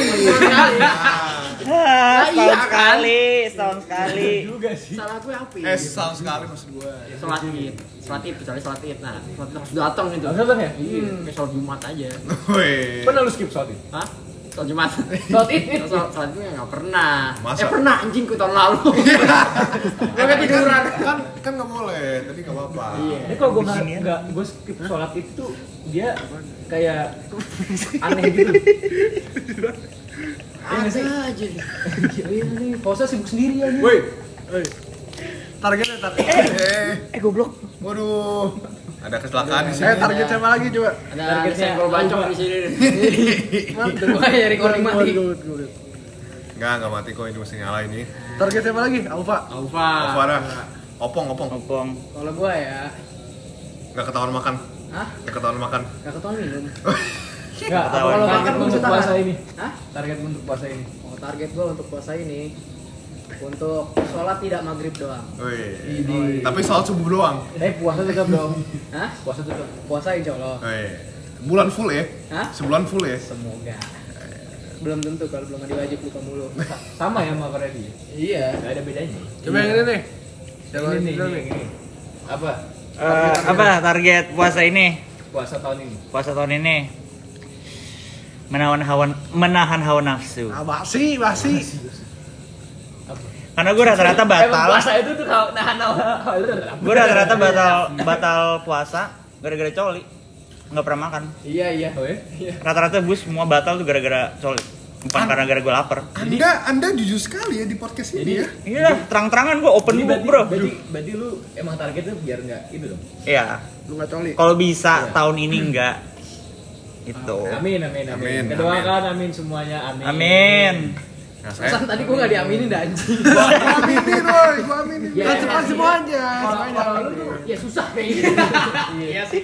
Speaker 3: Ah,
Speaker 6: iya kan?
Speaker 3: sekali, setahun sekali. Juga sih.
Speaker 6: Salah gue apa?
Speaker 2: Eh, setahun sekali maksud gue.
Speaker 6: Sholat id, sholat id, kecuali sholat id. Nah, sholat id harus datang gitu.
Speaker 3: Harus datang ya?
Speaker 6: Iya, kayak sholat Jumat aja.
Speaker 2: Woi.
Speaker 3: Pernah lu skip sholat itu?
Speaker 6: Hah? Sholat Jumat.
Speaker 4: Sholat id, id.
Speaker 6: Sholat sholat gue nggak pernah.
Speaker 2: Masa?
Speaker 6: Eh pernah anjing ku tahun lalu. Gue ketiduran.
Speaker 2: Kan kan nggak boleh, tadi nggak apa-apa.
Speaker 6: Iya.
Speaker 3: Ini kalau gue nggak nggak gue skip sholat itu tuh dia kayak aneh gitu.
Speaker 6: Ada aja.
Speaker 4: Iya nih, puasa sibuk sendiri aja.
Speaker 6: Woi,
Speaker 5: Targetnya target.
Speaker 2: Eh,
Speaker 3: Eh goblok.
Speaker 2: waduh. Ada kecelakaan di
Speaker 5: Eh
Speaker 2: sini.
Speaker 5: target siapa lagi coba?
Speaker 6: ada ada
Speaker 3: Targetnya
Speaker 6: senggol bacok
Speaker 3: apa?
Speaker 6: di sini.
Speaker 4: Mantap, gue ya recording mati.
Speaker 5: Good, good, good.
Speaker 2: Enggak, enggak mati kok, ini mesti nyala ini.
Speaker 5: Target siapa lagi? Alfa.
Speaker 6: Alfa.
Speaker 2: Apa dah? Opong, opong.
Speaker 3: Opong.
Speaker 4: Kalau gue ya,
Speaker 2: Enggak ketahuan makan.
Speaker 4: hah?
Speaker 2: Enggak ketahuan makan.
Speaker 4: Gak ketahuan minum.
Speaker 3: Enggak, apa
Speaker 2: Ketahuan.
Speaker 3: kalau
Speaker 4: Target
Speaker 3: target
Speaker 4: lu
Speaker 3: untuk
Speaker 4: bisa
Speaker 3: puasa
Speaker 4: tahan.
Speaker 3: ini?
Speaker 4: Hah?
Speaker 3: Target untuk puasa ini.
Speaker 4: Oh, target gue untuk puasa ini untuk sholat tidak maghrib doang.
Speaker 2: Wih. Tapi soal subuh doang.
Speaker 3: Eh puasa tetap dong.
Speaker 4: Hah?
Speaker 3: Puasa tetap.
Speaker 4: Puasa insya Allah.
Speaker 2: Wih. Bulan full ya?
Speaker 4: Hah?
Speaker 2: Sebulan full ya?
Speaker 4: Semoga. Belum tentu kalau belum ada wajib lupa mulu.
Speaker 3: Sama ya sama Freddy.
Speaker 4: Iya.
Speaker 3: Enggak ada bedanya.
Speaker 5: Coba yang ini nih. Yang
Speaker 3: Ini nih,
Speaker 5: ini
Speaker 3: ini, ini. Apa?
Speaker 7: Eh, apa target puasa ini?
Speaker 3: Puasa tahun ini.
Speaker 7: Puasa tahun ini menahan hawa menahan hawa nafsu.
Speaker 5: Ah, basi, basi.
Speaker 7: Karena gue rata-rata
Speaker 3: Emang
Speaker 7: batal.
Speaker 3: puasa itu tuh nahan nahan.
Speaker 7: Gue rata-rata batal batal puasa gara-gara coli. Nggak pernah makan.
Speaker 4: Iya iya.
Speaker 3: Oh ya?
Speaker 7: Rata-rata gue semua batal tuh gara-gara coli. Bukan karena gara gue lapar.
Speaker 2: Anda Anda jujur sekali ya di podcast ini ya.
Speaker 7: Iya, terang-terangan gue open
Speaker 3: Jadi
Speaker 7: book,
Speaker 3: berarti,
Speaker 7: bro.
Speaker 3: berarti, berarti lu emang targetnya biar nggak itu dong.
Speaker 7: Iya.
Speaker 5: Lu nggak coli.
Speaker 7: Kalau bisa
Speaker 3: Iya.
Speaker 7: tahun ini enggak. Itu.
Speaker 3: Amin amin amin.
Speaker 2: Amin,
Speaker 3: Kita doakan amin semuanya amin.
Speaker 7: Amin.
Speaker 2: Nah, saya
Speaker 4: Pesan tadi gue gak diaminin dah anjing.
Speaker 2: gua aminin, Roy, gua aminin.
Speaker 3: Ya,
Speaker 5: Kan cepat
Speaker 3: ya,
Speaker 5: semuanya.
Speaker 3: Kalau
Speaker 5: Semuanya.
Speaker 3: kalau lu tuh ya susah kayak gitu. Iya sih.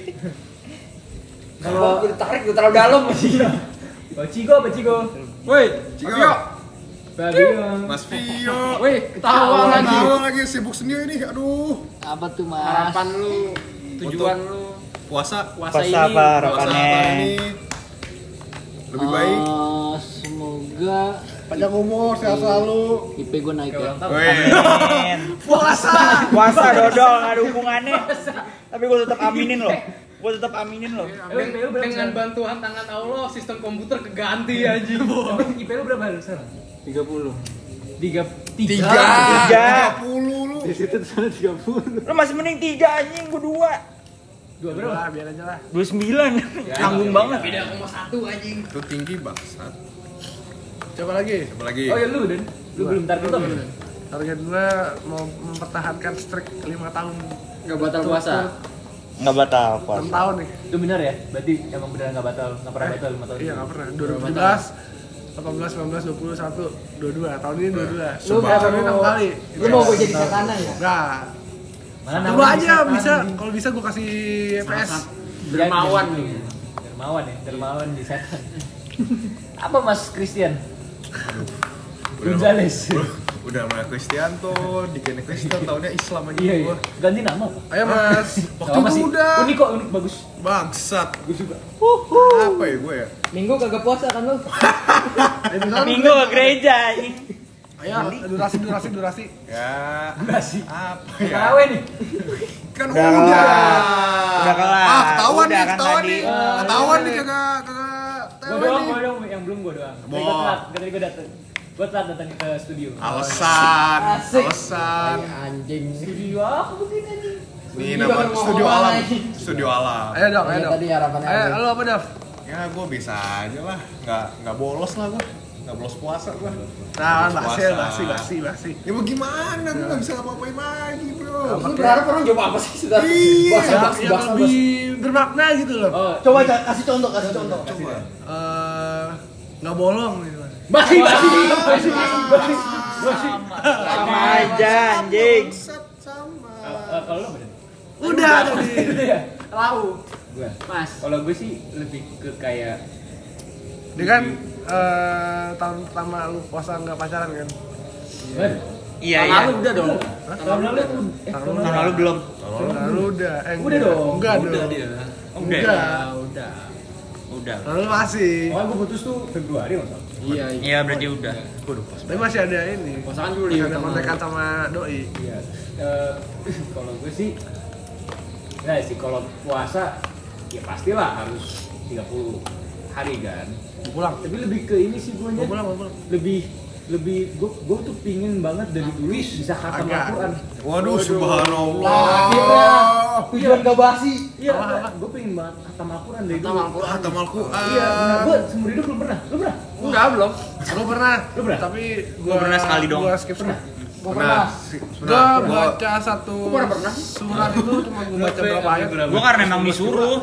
Speaker 6: Kalau gue ditarik gue terlalu dalam.
Speaker 3: Oh Cigo apa Cigo?
Speaker 6: Woi,
Speaker 2: Cigo,
Speaker 3: Bagian.
Speaker 2: Mas Vio.
Speaker 4: Wih, ketawa lagi.
Speaker 2: Tahu lagi sibuk sendiri nih. Aduh.
Speaker 4: Apa tuh mas?
Speaker 6: harapan lu, tujuan lu
Speaker 2: Puasa
Speaker 6: puasa,
Speaker 7: Puasa
Speaker 6: ini.
Speaker 7: apa
Speaker 2: puasa
Speaker 7: harapannya?
Speaker 2: apa ini lebih baik.
Speaker 8: Eh, semoga
Speaker 5: Panjang umur, sehat selalu.
Speaker 8: I P gue naik ya.
Speaker 2: Weh.
Speaker 7: Amin.
Speaker 5: Puasa.
Speaker 7: Puasa dodol nggak ada hubungannya. Tapi gue tetap aminin loh. Gue tetap aminin loh.
Speaker 3: Eh, I P lu berapa
Speaker 4: Dengan
Speaker 3: sekarang?
Speaker 4: bantuan tangan Allah, sistem komputer keganti anjing.
Speaker 3: Emang I P lu berapa sekarang?
Speaker 8: tiga puluh.
Speaker 3: Tiga
Speaker 2: Tiga.
Speaker 7: Tiga.
Speaker 2: Tiga puluh lu.
Speaker 8: Di situ sana tiga puluh.
Speaker 7: Lu masih mending tiga anjing, gue dua.
Speaker 3: Dua berapa?
Speaker 5: Lah, biar aja lah.
Speaker 7: Dua sembilan. Canggung banget.
Speaker 4: Beda koma satu anjing.
Speaker 2: Itu tinggi bangsat.
Speaker 5: Coba lagi.
Speaker 2: Coba lagi.
Speaker 3: Oh ya lu Dan, lu belum target lu belum?
Speaker 5: Target gue mau mempertahankan streak lima tahun.
Speaker 6: Gak batal puasa.
Speaker 7: Nggak batal
Speaker 5: enam
Speaker 7: puasa.
Speaker 5: tahun nih.
Speaker 3: Itu benar ya? Berarti emang benar nggak batal, nggak pernah batal lima tahun.
Speaker 5: Iya, nggak pernah. dua ribu tujuh belas delapan belas, sembilan belas, dua puluh, satu, dua puluh dua. Tahun ini dua puluh dua.
Speaker 4: Lu
Speaker 5: Tahun ini enam kali.
Speaker 4: Lu mau gue jadi setanan ya?
Speaker 5: Enggak.
Speaker 3: Mana
Speaker 5: Coba
Speaker 3: namanya
Speaker 5: aja
Speaker 3: setan,
Speaker 5: bisa,
Speaker 3: anjing.
Speaker 5: kalau bisa gue kasih P S.
Speaker 6: Dermawan nih.
Speaker 3: Dermawan ya, dermawan di setan. Apa Mas Christian? Gonzales.
Speaker 2: Udah mulai Kristen tuh, dikene Kristen tahunnya Islam aja
Speaker 3: Iya, iya.
Speaker 2: gua.
Speaker 3: Ganti nama.
Speaker 5: Ayo Mas.
Speaker 2: Waktu
Speaker 3: Sama
Speaker 2: itu
Speaker 3: sih.
Speaker 2: udah.
Speaker 3: Unik kok, unik bagus.
Speaker 2: Bangsat.
Speaker 3: Gue suka.
Speaker 2: Apa ya gue ya?
Speaker 4: Minggu kagak puasa kan lu?
Speaker 7: Minggu ke gereja anjing.
Speaker 5: Ayo, durasi, durasi, durasi.
Speaker 2: Ya.
Speaker 3: Masih.
Speaker 2: Apa ya?
Speaker 3: Tarawih nih.
Speaker 2: Kan
Speaker 7: Udah
Speaker 2: udah.
Speaker 7: kelar. Udah kelar.
Speaker 2: Ah, ketahuan
Speaker 7: Udah
Speaker 2: nih,
Speaker 7: kan
Speaker 2: ketahuan
Speaker 7: tadi.
Speaker 2: nih.
Speaker 3: Ah,
Speaker 2: Ketahuan
Speaker 5: iya.
Speaker 2: nih kagak kagak
Speaker 3: Gue
Speaker 2: tahu
Speaker 3: doang,
Speaker 2: nih.
Speaker 3: gue doang, yang belum gue doang. Tadi gue
Speaker 2: Boh.
Speaker 3: telat, tadi gue dateng. Gue telat datang ke studio.
Speaker 2: Alasan,
Speaker 4: Asik.
Speaker 2: alasan.
Speaker 4: Anjing.
Speaker 3: Studio apa begini nih?
Speaker 2: Nih
Speaker 4: Juga
Speaker 2: nama
Speaker 4: ngomong
Speaker 2: studio
Speaker 4: apa
Speaker 2: alam.
Speaker 4: lagi?
Speaker 2: Studio alam.
Speaker 5: Ayo dong, ayo
Speaker 4: Iya,
Speaker 5: dong.
Speaker 4: tadi harapannya
Speaker 5: Ayo,
Speaker 4: ada.
Speaker 5: lu apa Dav?
Speaker 2: Ya gue bisa aja lah, nggak nggak bolos lah gue, nggak bolos puasa gue.
Speaker 5: Nah,
Speaker 2: Bolos
Speaker 5: basi,
Speaker 2: puasa.
Speaker 5: basi, basi, basi.
Speaker 2: Ya mau gimana, gue nggak bisa ngapa-ngapain lagi bro.
Speaker 4: Lu berharap orang jawab apa sih sudah?
Speaker 2: Iya.
Speaker 4: Bahasa
Speaker 5: Yang,
Speaker 4: bahasa
Speaker 5: yang
Speaker 4: bahasa.
Speaker 5: lebih bermakna gitu loh.
Speaker 3: Oh,
Speaker 4: Coba ca- kasih contoh, kasih contoh.
Speaker 2: Coba.
Speaker 5: Eh, nggak bolong gitu.
Speaker 3: Basi, basi, basi, basi, basi.
Speaker 7: Sama aja anjing.
Speaker 2: Bangsat, sama.
Speaker 3: Eh, Kalau lo bener?
Speaker 5: Udah tadi.
Speaker 3: Lau. Gue. Mas. Kalau gue sih lebih ke kayak
Speaker 5: Dia kan eh, tahun pertama lu puasa nggak pacaran kan?
Speaker 3: Bener.
Speaker 7: Iya
Speaker 6: Tahun
Speaker 7: iya.
Speaker 6: lalu udah dong.
Speaker 3: Tahun lalu eh, tahun
Speaker 7: Tahun lalu belum.
Speaker 5: Tahun lalu udah. Eh,
Speaker 3: Udah dong.
Speaker 5: Enggak
Speaker 6: Udah
Speaker 5: dong.
Speaker 6: dia.
Speaker 7: Udah.
Speaker 5: Udah.
Speaker 6: Udah.
Speaker 7: Udah.
Speaker 5: Lalu masih.
Speaker 3: Oh, gue putus tuh Februari maksudnya.
Speaker 6: Iya,
Speaker 7: Iya berarti udah.
Speaker 5: Tapi masih ada ini.
Speaker 6: Pasangan Juli.
Speaker 5: Masih ada kontekan sama doi.
Speaker 3: Iya. Eh, kalau gue sih nggak sih kalau puasa ya pastilah harus tiga puluh hari kan.
Speaker 5: Mau pulang.
Speaker 3: Tapi lebih ke ini sih gue
Speaker 5: Mau pulang, mau pulang.
Speaker 3: lebih lebih gue gue tuh pingin banget dari dulu bisa khatam
Speaker 5: Agak.
Speaker 3: Al-Quran.
Speaker 2: Waduh, subhanallah.
Speaker 4: Akhirnya tujuan gak basi.
Speaker 3: Iya, gue pengen banget khatam Al-Quran dari
Speaker 6: Khatam
Speaker 3: dulu.
Speaker 6: Al-Quran.
Speaker 2: Khatam Al-Quran.
Speaker 3: Iya, benar. Gue seumur hidup belum pernah. Lu pernah?
Speaker 6: Enggak, belum.
Speaker 5: Lu pernah?
Speaker 3: Lu pernah?
Speaker 5: Tapi
Speaker 7: Gua pernah sekali dong.
Speaker 5: Gua skip
Speaker 3: Pernah.
Speaker 4: Gua
Speaker 2: Pernah.
Speaker 4: pernah.
Speaker 5: Gua baca satu
Speaker 6: Gua pernah pernah.
Speaker 5: surat itu cuma gua baca berapa ayat.
Speaker 7: Gua karena emang disuruh.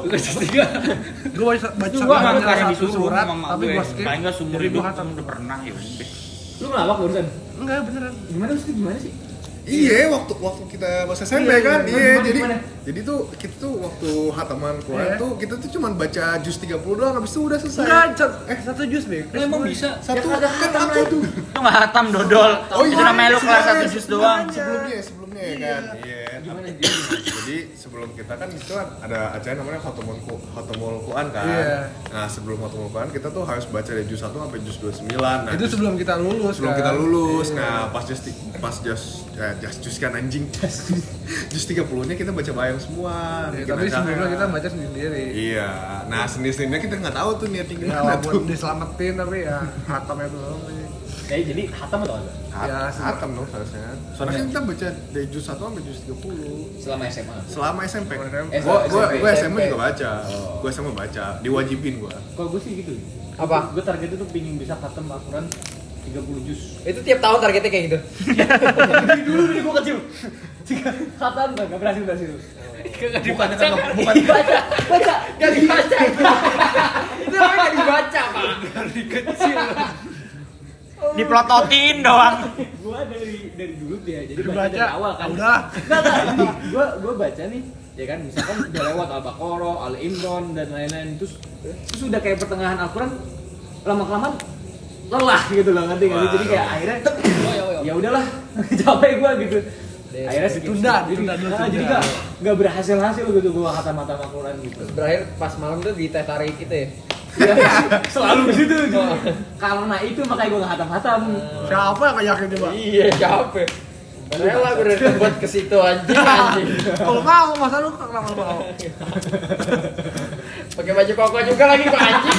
Speaker 5: Gua baca baca
Speaker 7: Gua
Speaker 5: baca
Speaker 7: emang karena
Speaker 5: satu
Speaker 7: disuruh
Speaker 5: surat,
Speaker 7: sama mak
Speaker 5: tapi
Speaker 7: gue.
Speaker 5: gua skip.
Speaker 7: Paling enggak seumur
Speaker 5: Jadi
Speaker 7: hidup
Speaker 5: gua khatam.
Speaker 7: udah pernah ya udah.
Speaker 3: Lu ngelawak barusan?
Speaker 5: Enggak, beneran.
Speaker 3: Gimana sih? Gimana sih?
Speaker 2: Iya, waktu waktu kita pas S M P
Speaker 5: Iya,
Speaker 2: kan,
Speaker 5: iya,
Speaker 2: iya.
Speaker 3: gimana,
Speaker 2: Jadi
Speaker 3: gimana?
Speaker 2: jadi tuh kita tuh waktu hataman Quran
Speaker 5: Iya.
Speaker 2: tuh kita tuh cuma baca juz tiga puluh doang, habis itu udah selesai.
Speaker 5: Enggak, sat- eh satu jus, Bek.
Speaker 7: Lu emang bisa?
Speaker 2: Satu kan aku tuh.
Speaker 7: Lu enggak hatam dodol.
Speaker 2: Oh,
Speaker 7: Itu
Speaker 2: iya,
Speaker 7: namanya lu kelas satu
Speaker 2: sebenarnya,
Speaker 7: jus doang.
Speaker 2: Sebelumnya, sebelumnya ya kan. Iya.
Speaker 3: Gimana
Speaker 2: tapi- Jadi sebelum kita kan itu kan ada acara namanya Khatamul Qu- Khatamul Quran kan.
Speaker 5: Iya.
Speaker 2: Nah, sebelum Khatamul Quran kita tuh harus baca dari juz satu sampai juz dua puluh sembilan. Nah,
Speaker 5: Itu
Speaker 2: juz-
Speaker 5: sebelum kita lulus.
Speaker 2: sebelum
Speaker 5: kan?
Speaker 2: kita lulus.
Speaker 5: Iya.
Speaker 2: Nah, pas just pas just eh, just juz kan anjing. Juz tiga puluh-nya kita baca bayang semua.
Speaker 5: Iya,
Speaker 2: bikin
Speaker 5: tapi
Speaker 2: acara.
Speaker 5: sebelumnya kita baca sendiri.
Speaker 2: Iya. Nah, sendiri-sendirinya kita nggak tahu tuh niatnya
Speaker 5: Ya
Speaker 2: gimana
Speaker 5: walaupun
Speaker 2: tuh.
Speaker 5: diselamatin tapi ya khatamnya doang.
Speaker 3: Jadi, jadi khatam atau enggak?
Speaker 5: Ya,
Speaker 2: Ya, hatam dong seharusnya. Soalnya kan kita baca dari juz satu sampai juz tiga puluh.
Speaker 3: Selama S M A.
Speaker 2: Selama S M P.
Speaker 5: Oh,
Speaker 3: S-
Speaker 2: Gua gua
Speaker 3: S M P.
Speaker 2: gua S M P juga
Speaker 3: Oh.
Speaker 2: baca. Gua S M P baca, diwajibin gua.
Speaker 3: Kalau gue sih gitu.
Speaker 4: Apa?
Speaker 3: Gue targetnya tuh pingin bisa khatam Al-Quran tiga puluh juz.
Speaker 4: Itu tiap tahun targetnya kayak gitu.
Speaker 3: Dari dulu dari gue kecil. Khatam enggak enggak berhasil berhasil.
Speaker 6: Enggak dibaca.
Speaker 3: Bukan dibaca, baca.
Speaker 6: Enggak dibaca. Itu namanya enggak dibaca, Pak.
Speaker 3: Dari kecil.
Speaker 7: Diplototin doang.
Speaker 3: Gua dari dari dulu dia jadi
Speaker 5: Jadi
Speaker 3: baca
Speaker 5: baca,
Speaker 3: dari awal kan.
Speaker 5: ah, udah.
Speaker 3: Enggak enggak ini gua gua baca nih ya kan misalkan udah lewat Al-Baqarah, Al-Imran dan lain-lain terus terus udah kayak pertengahan Al-Quran lama-kelamaan lelah gitu loh ngerti nggak sih? Jadi kayak akhirnya ya udahlah capek gua gitu. Akhirnya skip,
Speaker 5: Ditunda,
Speaker 3: skip.
Speaker 5: ditunda dulu,
Speaker 3: Nah,
Speaker 5: ditunda.
Speaker 3: jadi nggak nggak berhasil hasil gitu gua khatam-khatam Al-Quran gitu.
Speaker 4: Berakhir pas malam tuh di teh tarik itu ya.
Speaker 3: Iya, selalu di situ gitu. Karena itu makanya gua nggak khatam-khatam.
Speaker 5: Siapa yang yakin coba?
Speaker 4: Iya, capek. Rela berarti buat ke situ anjing anjing.
Speaker 5: Kalau mau, masa lu kenapa mau?
Speaker 4: Pakai baju koko juga lagi kok anjing.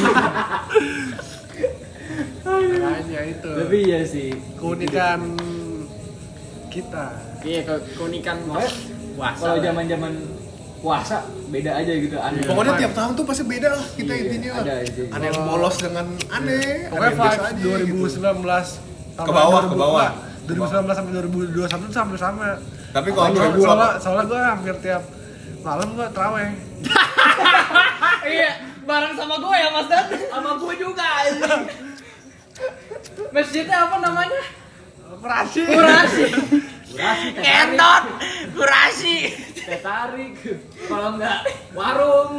Speaker 5: Makanya itu.
Speaker 3: Tapi iya sih.
Speaker 5: Keunikan kita.
Speaker 6: Iya, ke- keunikan
Speaker 3: Makanya
Speaker 6: puasa.
Speaker 3: kalau zaman-zaman puasa beda aja gitu aneh.
Speaker 2: Pokoknya tiap tahun tuh pasti beda lah kita
Speaker 3: Iya,
Speaker 2: intinya.
Speaker 3: ada itu.
Speaker 2: Ada yang bolos dengan aneh, ada
Speaker 5: Pokoknya
Speaker 2: yang biasa
Speaker 5: vibes
Speaker 2: aja
Speaker 5: dua ribu sembilan belas
Speaker 2: Ke bawah, ke bawah.
Speaker 5: dua ribu sembilan belas sampai dua ribu dua puluh satu tuh hampir sama.
Speaker 2: Tapi kalau
Speaker 5: Soalnya,
Speaker 2: kalau-
Speaker 5: soalnya, soalnya gue hampir tiap malam gue terawih.
Speaker 6: Iya, bareng sama gue ya Mas Dan. Sama gue juga anjing.
Speaker 4: Masjidnya apa namanya?
Speaker 5: Operasi.
Speaker 4: Kurasi.
Speaker 3: Kurasi, teh tarik.
Speaker 7: Ngentot, kurasi.
Speaker 3: Teh tarik. Kalau enggak warung.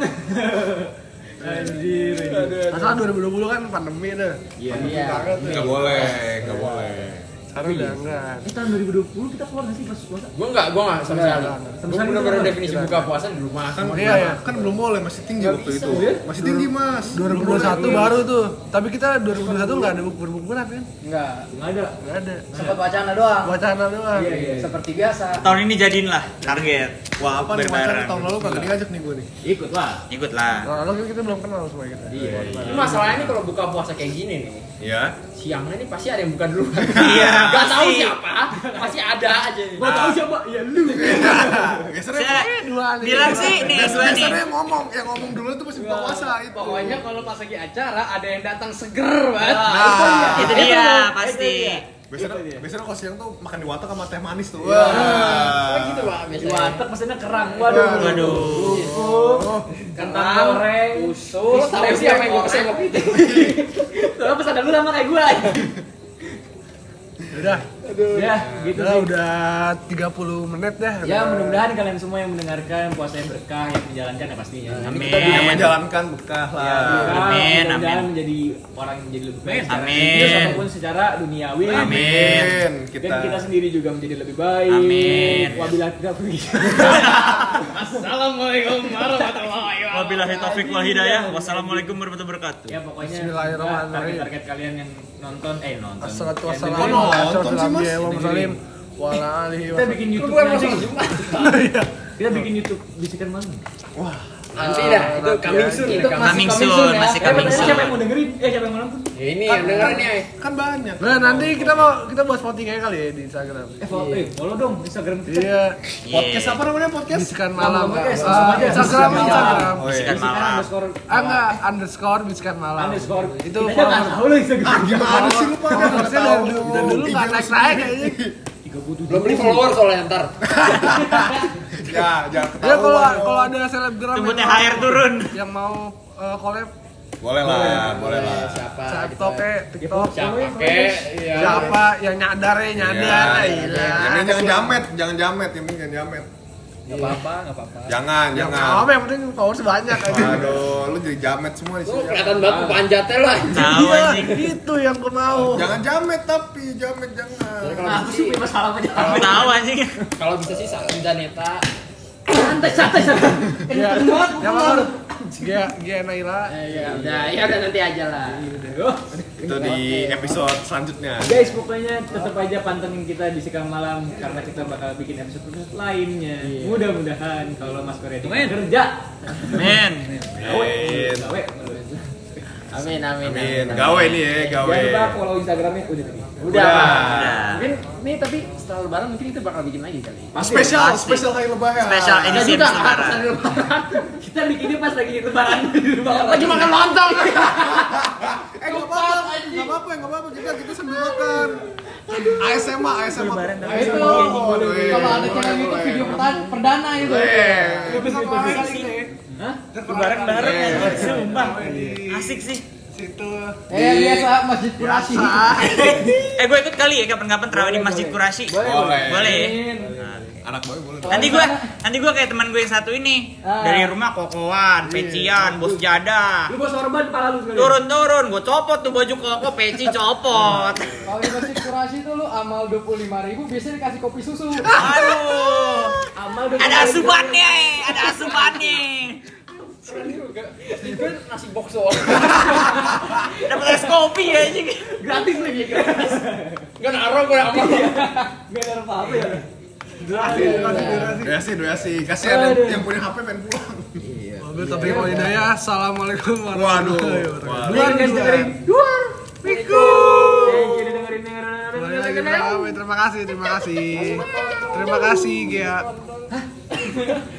Speaker 3: Anjir.
Speaker 5: Masalah dua ribu dua puluh kan pandemi tuh.
Speaker 3: Iya.
Speaker 4: Iya.
Speaker 2: Nggak boleh, nggak boleh.
Speaker 5: Sekarang udah enggak.
Speaker 3: Eh tahun dua ribu dua puluh kita keluar nggak sih pas puasa?
Speaker 6: Gue enggak, gue enggak sama sekali.
Speaker 3: Sama
Speaker 6: Gue
Speaker 3: sekali
Speaker 6: bener-bener
Speaker 3: itu
Speaker 6: definisi buka puasa di rumah.
Speaker 2: Kan
Speaker 6: sama
Speaker 5: Iya,
Speaker 2: iya,
Speaker 5: iya.
Speaker 2: kan belum boleh, masih tinggi waktu itu.
Speaker 3: ya?
Speaker 2: Masih tinggi, Mas.
Speaker 5: dua ribu dua puluh satu baru tuh. Tapi kita dua ribu dua puluh satu enggak ada bukber-bukberan kan?
Speaker 4: Enggak.
Speaker 3: Nggak ada.
Speaker 5: Enggak ada.
Speaker 4: Sempat wacana doang.
Speaker 5: Wacana doang.
Speaker 3: Iya, iya.
Speaker 4: Seperti biasa.
Speaker 7: Tahun ini jadiin lah target.
Speaker 2: Wah, apa nih
Speaker 7: Berbareng.
Speaker 2: macan tahun lalu kagak diajak nih gue nih.
Speaker 3: Ikut lah.
Speaker 7: Ikut lah.
Speaker 5: Nah, lalu kita belum kenal semua kita.
Speaker 3: Iya.
Speaker 6: Ini masalahnya nih kalau buka puasa kayak gini nih,
Speaker 2: Iya.
Speaker 6: siangnya nih pasti ada yang buka dulu.
Speaker 7: Iya,
Speaker 6: Gak tahu
Speaker 7: pasti.
Speaker 6: siapa, pasti ada aja.
Speaker 3: Gua tahu siapa? Ya lu.
Speaker 2: Biasanya
Speaker 7: Saya
Speaker 5: Dua nih.
Speaker 7: bilang sih nih
Speaker 2: biasa-
Speaker 7: dua nih.
Speaker 2: biasanya yang ngomong, yang ngomong dulu tuh pasti buka puasa itu.
Speaker 4: Pokoknya kalau pas lagi acara ada yang datang seger banget.
Speaker 2: Nah,
Speaker 7: Itu dia pasti.
Speaker 2: biasanya biasanya kalau siang tuh makan di warteg sama teh manis tuh.
Speaker 6: Wah,
Speaker 2: Wah.
Speaker 6: gitu Pak
Speaker 3: Di
Speaker 6: biasanya.
Speaker 3: warteg pesennya kerang. Waduh.
Speaker 7: Waduh.
Speaker 3: Kentang goreng.
Speaker 6: Usul, tahu siapa yang gue pesen kopi itu?
Speaker 3: Soalnya pesan dulu sama kayak gua.
Speaker 5: Udah.
Speaker 3: Ya, gitu
Speaker 5: Udah,
Speaker 3: sih.
Speaker 5: udah tiga puluh menit dah.
Speaker 3: Ya mudah-mudahan kalian semua yang mendengarkan puasa yang berkah yang menjalankan ya pastinya.
Speaker 7: Amin.
Speaker 2: Yang menjalankan berkah lah.
Speaker 3: Ya,
Speaker 7: Amin,
Speaker 3: mudah-mudahan
Speaker 7: amin.
Speaker 3: menjadi orang yang menjadi lebih baik secara
Speaker 7: Amin.
Speaker 3: religius ataupun secara duniawi.
Speaker 7: Amin.
Speaker 2: Kita
Speaker 3: Dan kita sendiri juga menjadi lebih baik.
Speaker 7: Amin.
Speaker 3: Wabillahi taufiq.
Speaker 4: Assalamualaikum warahmatullahi wabarakatuh.
Speaker 7: Wabillahi taufik wal hidayah. Wassalamualaikum warahmatullahi wabarakatuh.
Speaker 3: Ya pokoknya
Speaker 5: Bismillahirrahmanirrahim.
Speaker 3: target-target kalian yang nonton eh nonton.
Speaker 5: Assalatu
Speaker 3: Yang
Speaker 5: wassalamu
Speaker 3: dengerin.
Speaker 2: nonton
Speaker 5: ala
Speaker 2: sih,
Speaker 5: asyrofil
Speaker 2: Mas.
Speaker 5: anbiya'i wal mursalin wa ala alihi wa
Speaker 3: Kita bikin YouTube
Speaker 6: Bukan
Speaker 3: nanti.
Speaker 6: masalah
Speaker 3: Kita bikin YouTube bisikan malam.
Speaker 6: Nanti dah, itu coming soon.
Speaker 4: Itu
Speaker 6: dah,
Speaker 7: Coming
Speaker 4: coming
Speaker 7: soon,
Speaker 4: soon ya.
Speaker 7: masih
Speaker 3: Eh,
Speaker 7: coming
Speaker 3: pertanyaan
Speaker 7: soon.
Speaker 3: siapa yang mau dengerin? Eh, siapa yang mau nonton?
Speaker 6: Ya ini yang dengerin nih.
Speaker 2: kan banyak.
Speaker 5: Nah, nanti kita mau kita buat voting aja kali ya di Instagram.
Speaker 3: Eh, follow, eh, follow dong Instagram kita.
Speaker 5: Iya,
Speaker 2: Podcast apa namanya podcast?
Speaker 5: bisikan malam.
Speaker 3: Ngomong aja,
Speaker 5: Ah,
Speaker 3: langsung aja.
Speaker 5: Instagram,
Speaker 3: Bisikan
Speaker 5: Instagram.
Speaker 2: Oh, iya.
Speaker 7: Bisikan
Speaker 3: Bisikan
Speaker 7: malam.
Speaker 3: underscore.
Speaker 5: Ah enggak, underscore bisikan malam.
Speaker 3: Underscore.
Speaker 5: Itu
Speaker 3: Kita aja nggak
Speaker 5: follow.
Speaker 3: tahu loh Instagram.
Speaker 2: Ah, gimana sih lu pada nggak
Speaker 5: Harusnya
Speaker 2: tahu?
Speaker 5: dari dulu, dari dulu nggak naik naik kayaknya.
Speaker 6: Belum beli follower soalnya ntar.
Speaker 2: Ya, jangan
Speaker 5: Ya kalau
Speaker 2: ketahuan.
Speaker 5: kalau ada selebgram
Speaker 7: Tunggu
Speaker 5: yang
Speaker 7: T H R
Speaker 5: mau-
Speaker 7: turun.
Speaker 5: yang mau eh, collab
Speaker 2: Boleh lah, boleh lah.
Speaker 6: Siapa?
Speaker 5: TikTok kayak TikTok
Speaker 6: Siapa kek? Iya.
Speaker 5: siapa yang nyadar ya nyadar
Speaker 2: Iya,
Speaker 5: iya.
Speaker 2: Yang penting jangan jamet, jangan jamet, yang penting jangan jamet.
Speaker 6: Enggak apa-apa, enggak apa-apa.
Speaker 2: Jangan,
Speaker 5: Yang
Speaker 2: jangan.
Speaker 5: apa yang penting followers banyak aja.
Speaker 2: Waduh, lu jadi jamet semua di
Speaker 6: Lu
Speaker 2: sini.
Speaker 6: kelihatan banget panjatnya lah.
Speaker 7: Tahu
Speaker 5: Iya,
Speaker 7: anjing.
Speaker 5: itu yang gue mau.
Speaker 2: Jangan jamet tapi jamet jangan.
Speaker 3: Nah, aku sih punya masalah aja.
Speaker 7: Aku tahu anjing.
Speaker 6: Kalau bisa sih Sakti Neta.
Speaker 3: Santai, santai, santai.
Speaker 5: Ya,
Speaker 3: Kenceng banget.
Speaker 5: yang apa? Gia Gia Naila.
Speaker 6: Ya udah, ya udah nanti aja lah.
Speaker 2: Itu di episode selanjutnya.
Speaker 3: Guys, pokoknya tetap aja pantengin kita di Sikam Malam karena kita bakal bikin episode lainnya. Mudah-mudahan kalau Mas Korea kerja.
Speaker 7: Men.
Speaker 2: Amin.
Speaker 3: Gawe.
Speaker 6: Amin, amin.
Speaker 2: Amin. Gawe nih ya, gawe.
Speaker 3: Jangan lupa follow Instagramnya udah tadi.
Speaker 6: Udah.
Speaker 7: Udah.
Speaker 6: Mungkin nih tapi setelah lebaran mungkin kita bakal bikin lagi kali.
Speaker 2: Spesial,
Speaker 7: Pasti.
Speaker 2: spesial hari lebaran.
Speaker 7: Spesial
Speaker 6: Ya
Speaker 7: edisi
Speaker 6: juga
Speaker 7: lebaran.
Speaker 6: pas hari lebaran.
Speaker 3: Kita bikinnya pas lagi lebaran di rumah.
Speaker 6: Lagi makan lontong.
Speaker 2: Eh, enggak apa-apa. Enggak apa-apa, enggak apa-apa. Kita kita sambil makan. A S M R, A S M R.
Speaker 4: Nah, itu kalau ada channel YouTube video pertama- perdana itu.
Speaker 3: Hah?
Speaker 7: Lebaran bareng ya. Sumpah. Asik sih.
Speaker 5: Situ.
Speaker 4: Eh biasa Masjid Kurasi.
Speaker 7: Eh gue ikut kali ya kapan-kapan terawih di Masjid Kurasi.
Speaker 2: Boleh.
Speaker 7: Boleh.
Speaker 2: Anak boy boleh.
Speaker 7: Nanti gue nanti gue kayak teman gue yang satu ini dari rumah kokoan, pecian, bos jada.
Speaker 3: Lu bawa sorban pala lu sekali.
Speaker 7: Turun-turun, gue copot tuh baju koko, peci copot.
Speaker 4: Kalau di Masjid Kurasi itu lu amal dua puluh lima ribu biasanya dikasih kopi susu.
Speaker 7: Aduh.
Speaker 3: Amal udah
Speaker 7: Ada asupannya, ada asupannya.
Speaker 6: Itu nasi box doang.
Speaker 7: Dapat es kopi ya anjing.
Speaker 3: gratis lagi gratis.
Speaker 6: Enggak naruh gue amal.
Speaker 3: Gak ada apa-apa ya.
Speaker 2: Durasi, durasi. Kasihan
Speaker 3: Aduh.
Speaker 2: yang, yang punya H P pengen pulang.
Speaker 5: Mobil tapi kalau hidayah. Assalamualaikum warahmatullahi
Speaker 2: Waduh.
Speaker 5: wabarakatuh.
Speaker 2: Waduh.
Speaker 3: Dengerin guys, dengerin. Duar. Miku. Thank you udah dengerin dengerin.
Speaker 5: Kembali lagi bersama kami. Terima kasih, terima kasih. Terima kasih, Gia.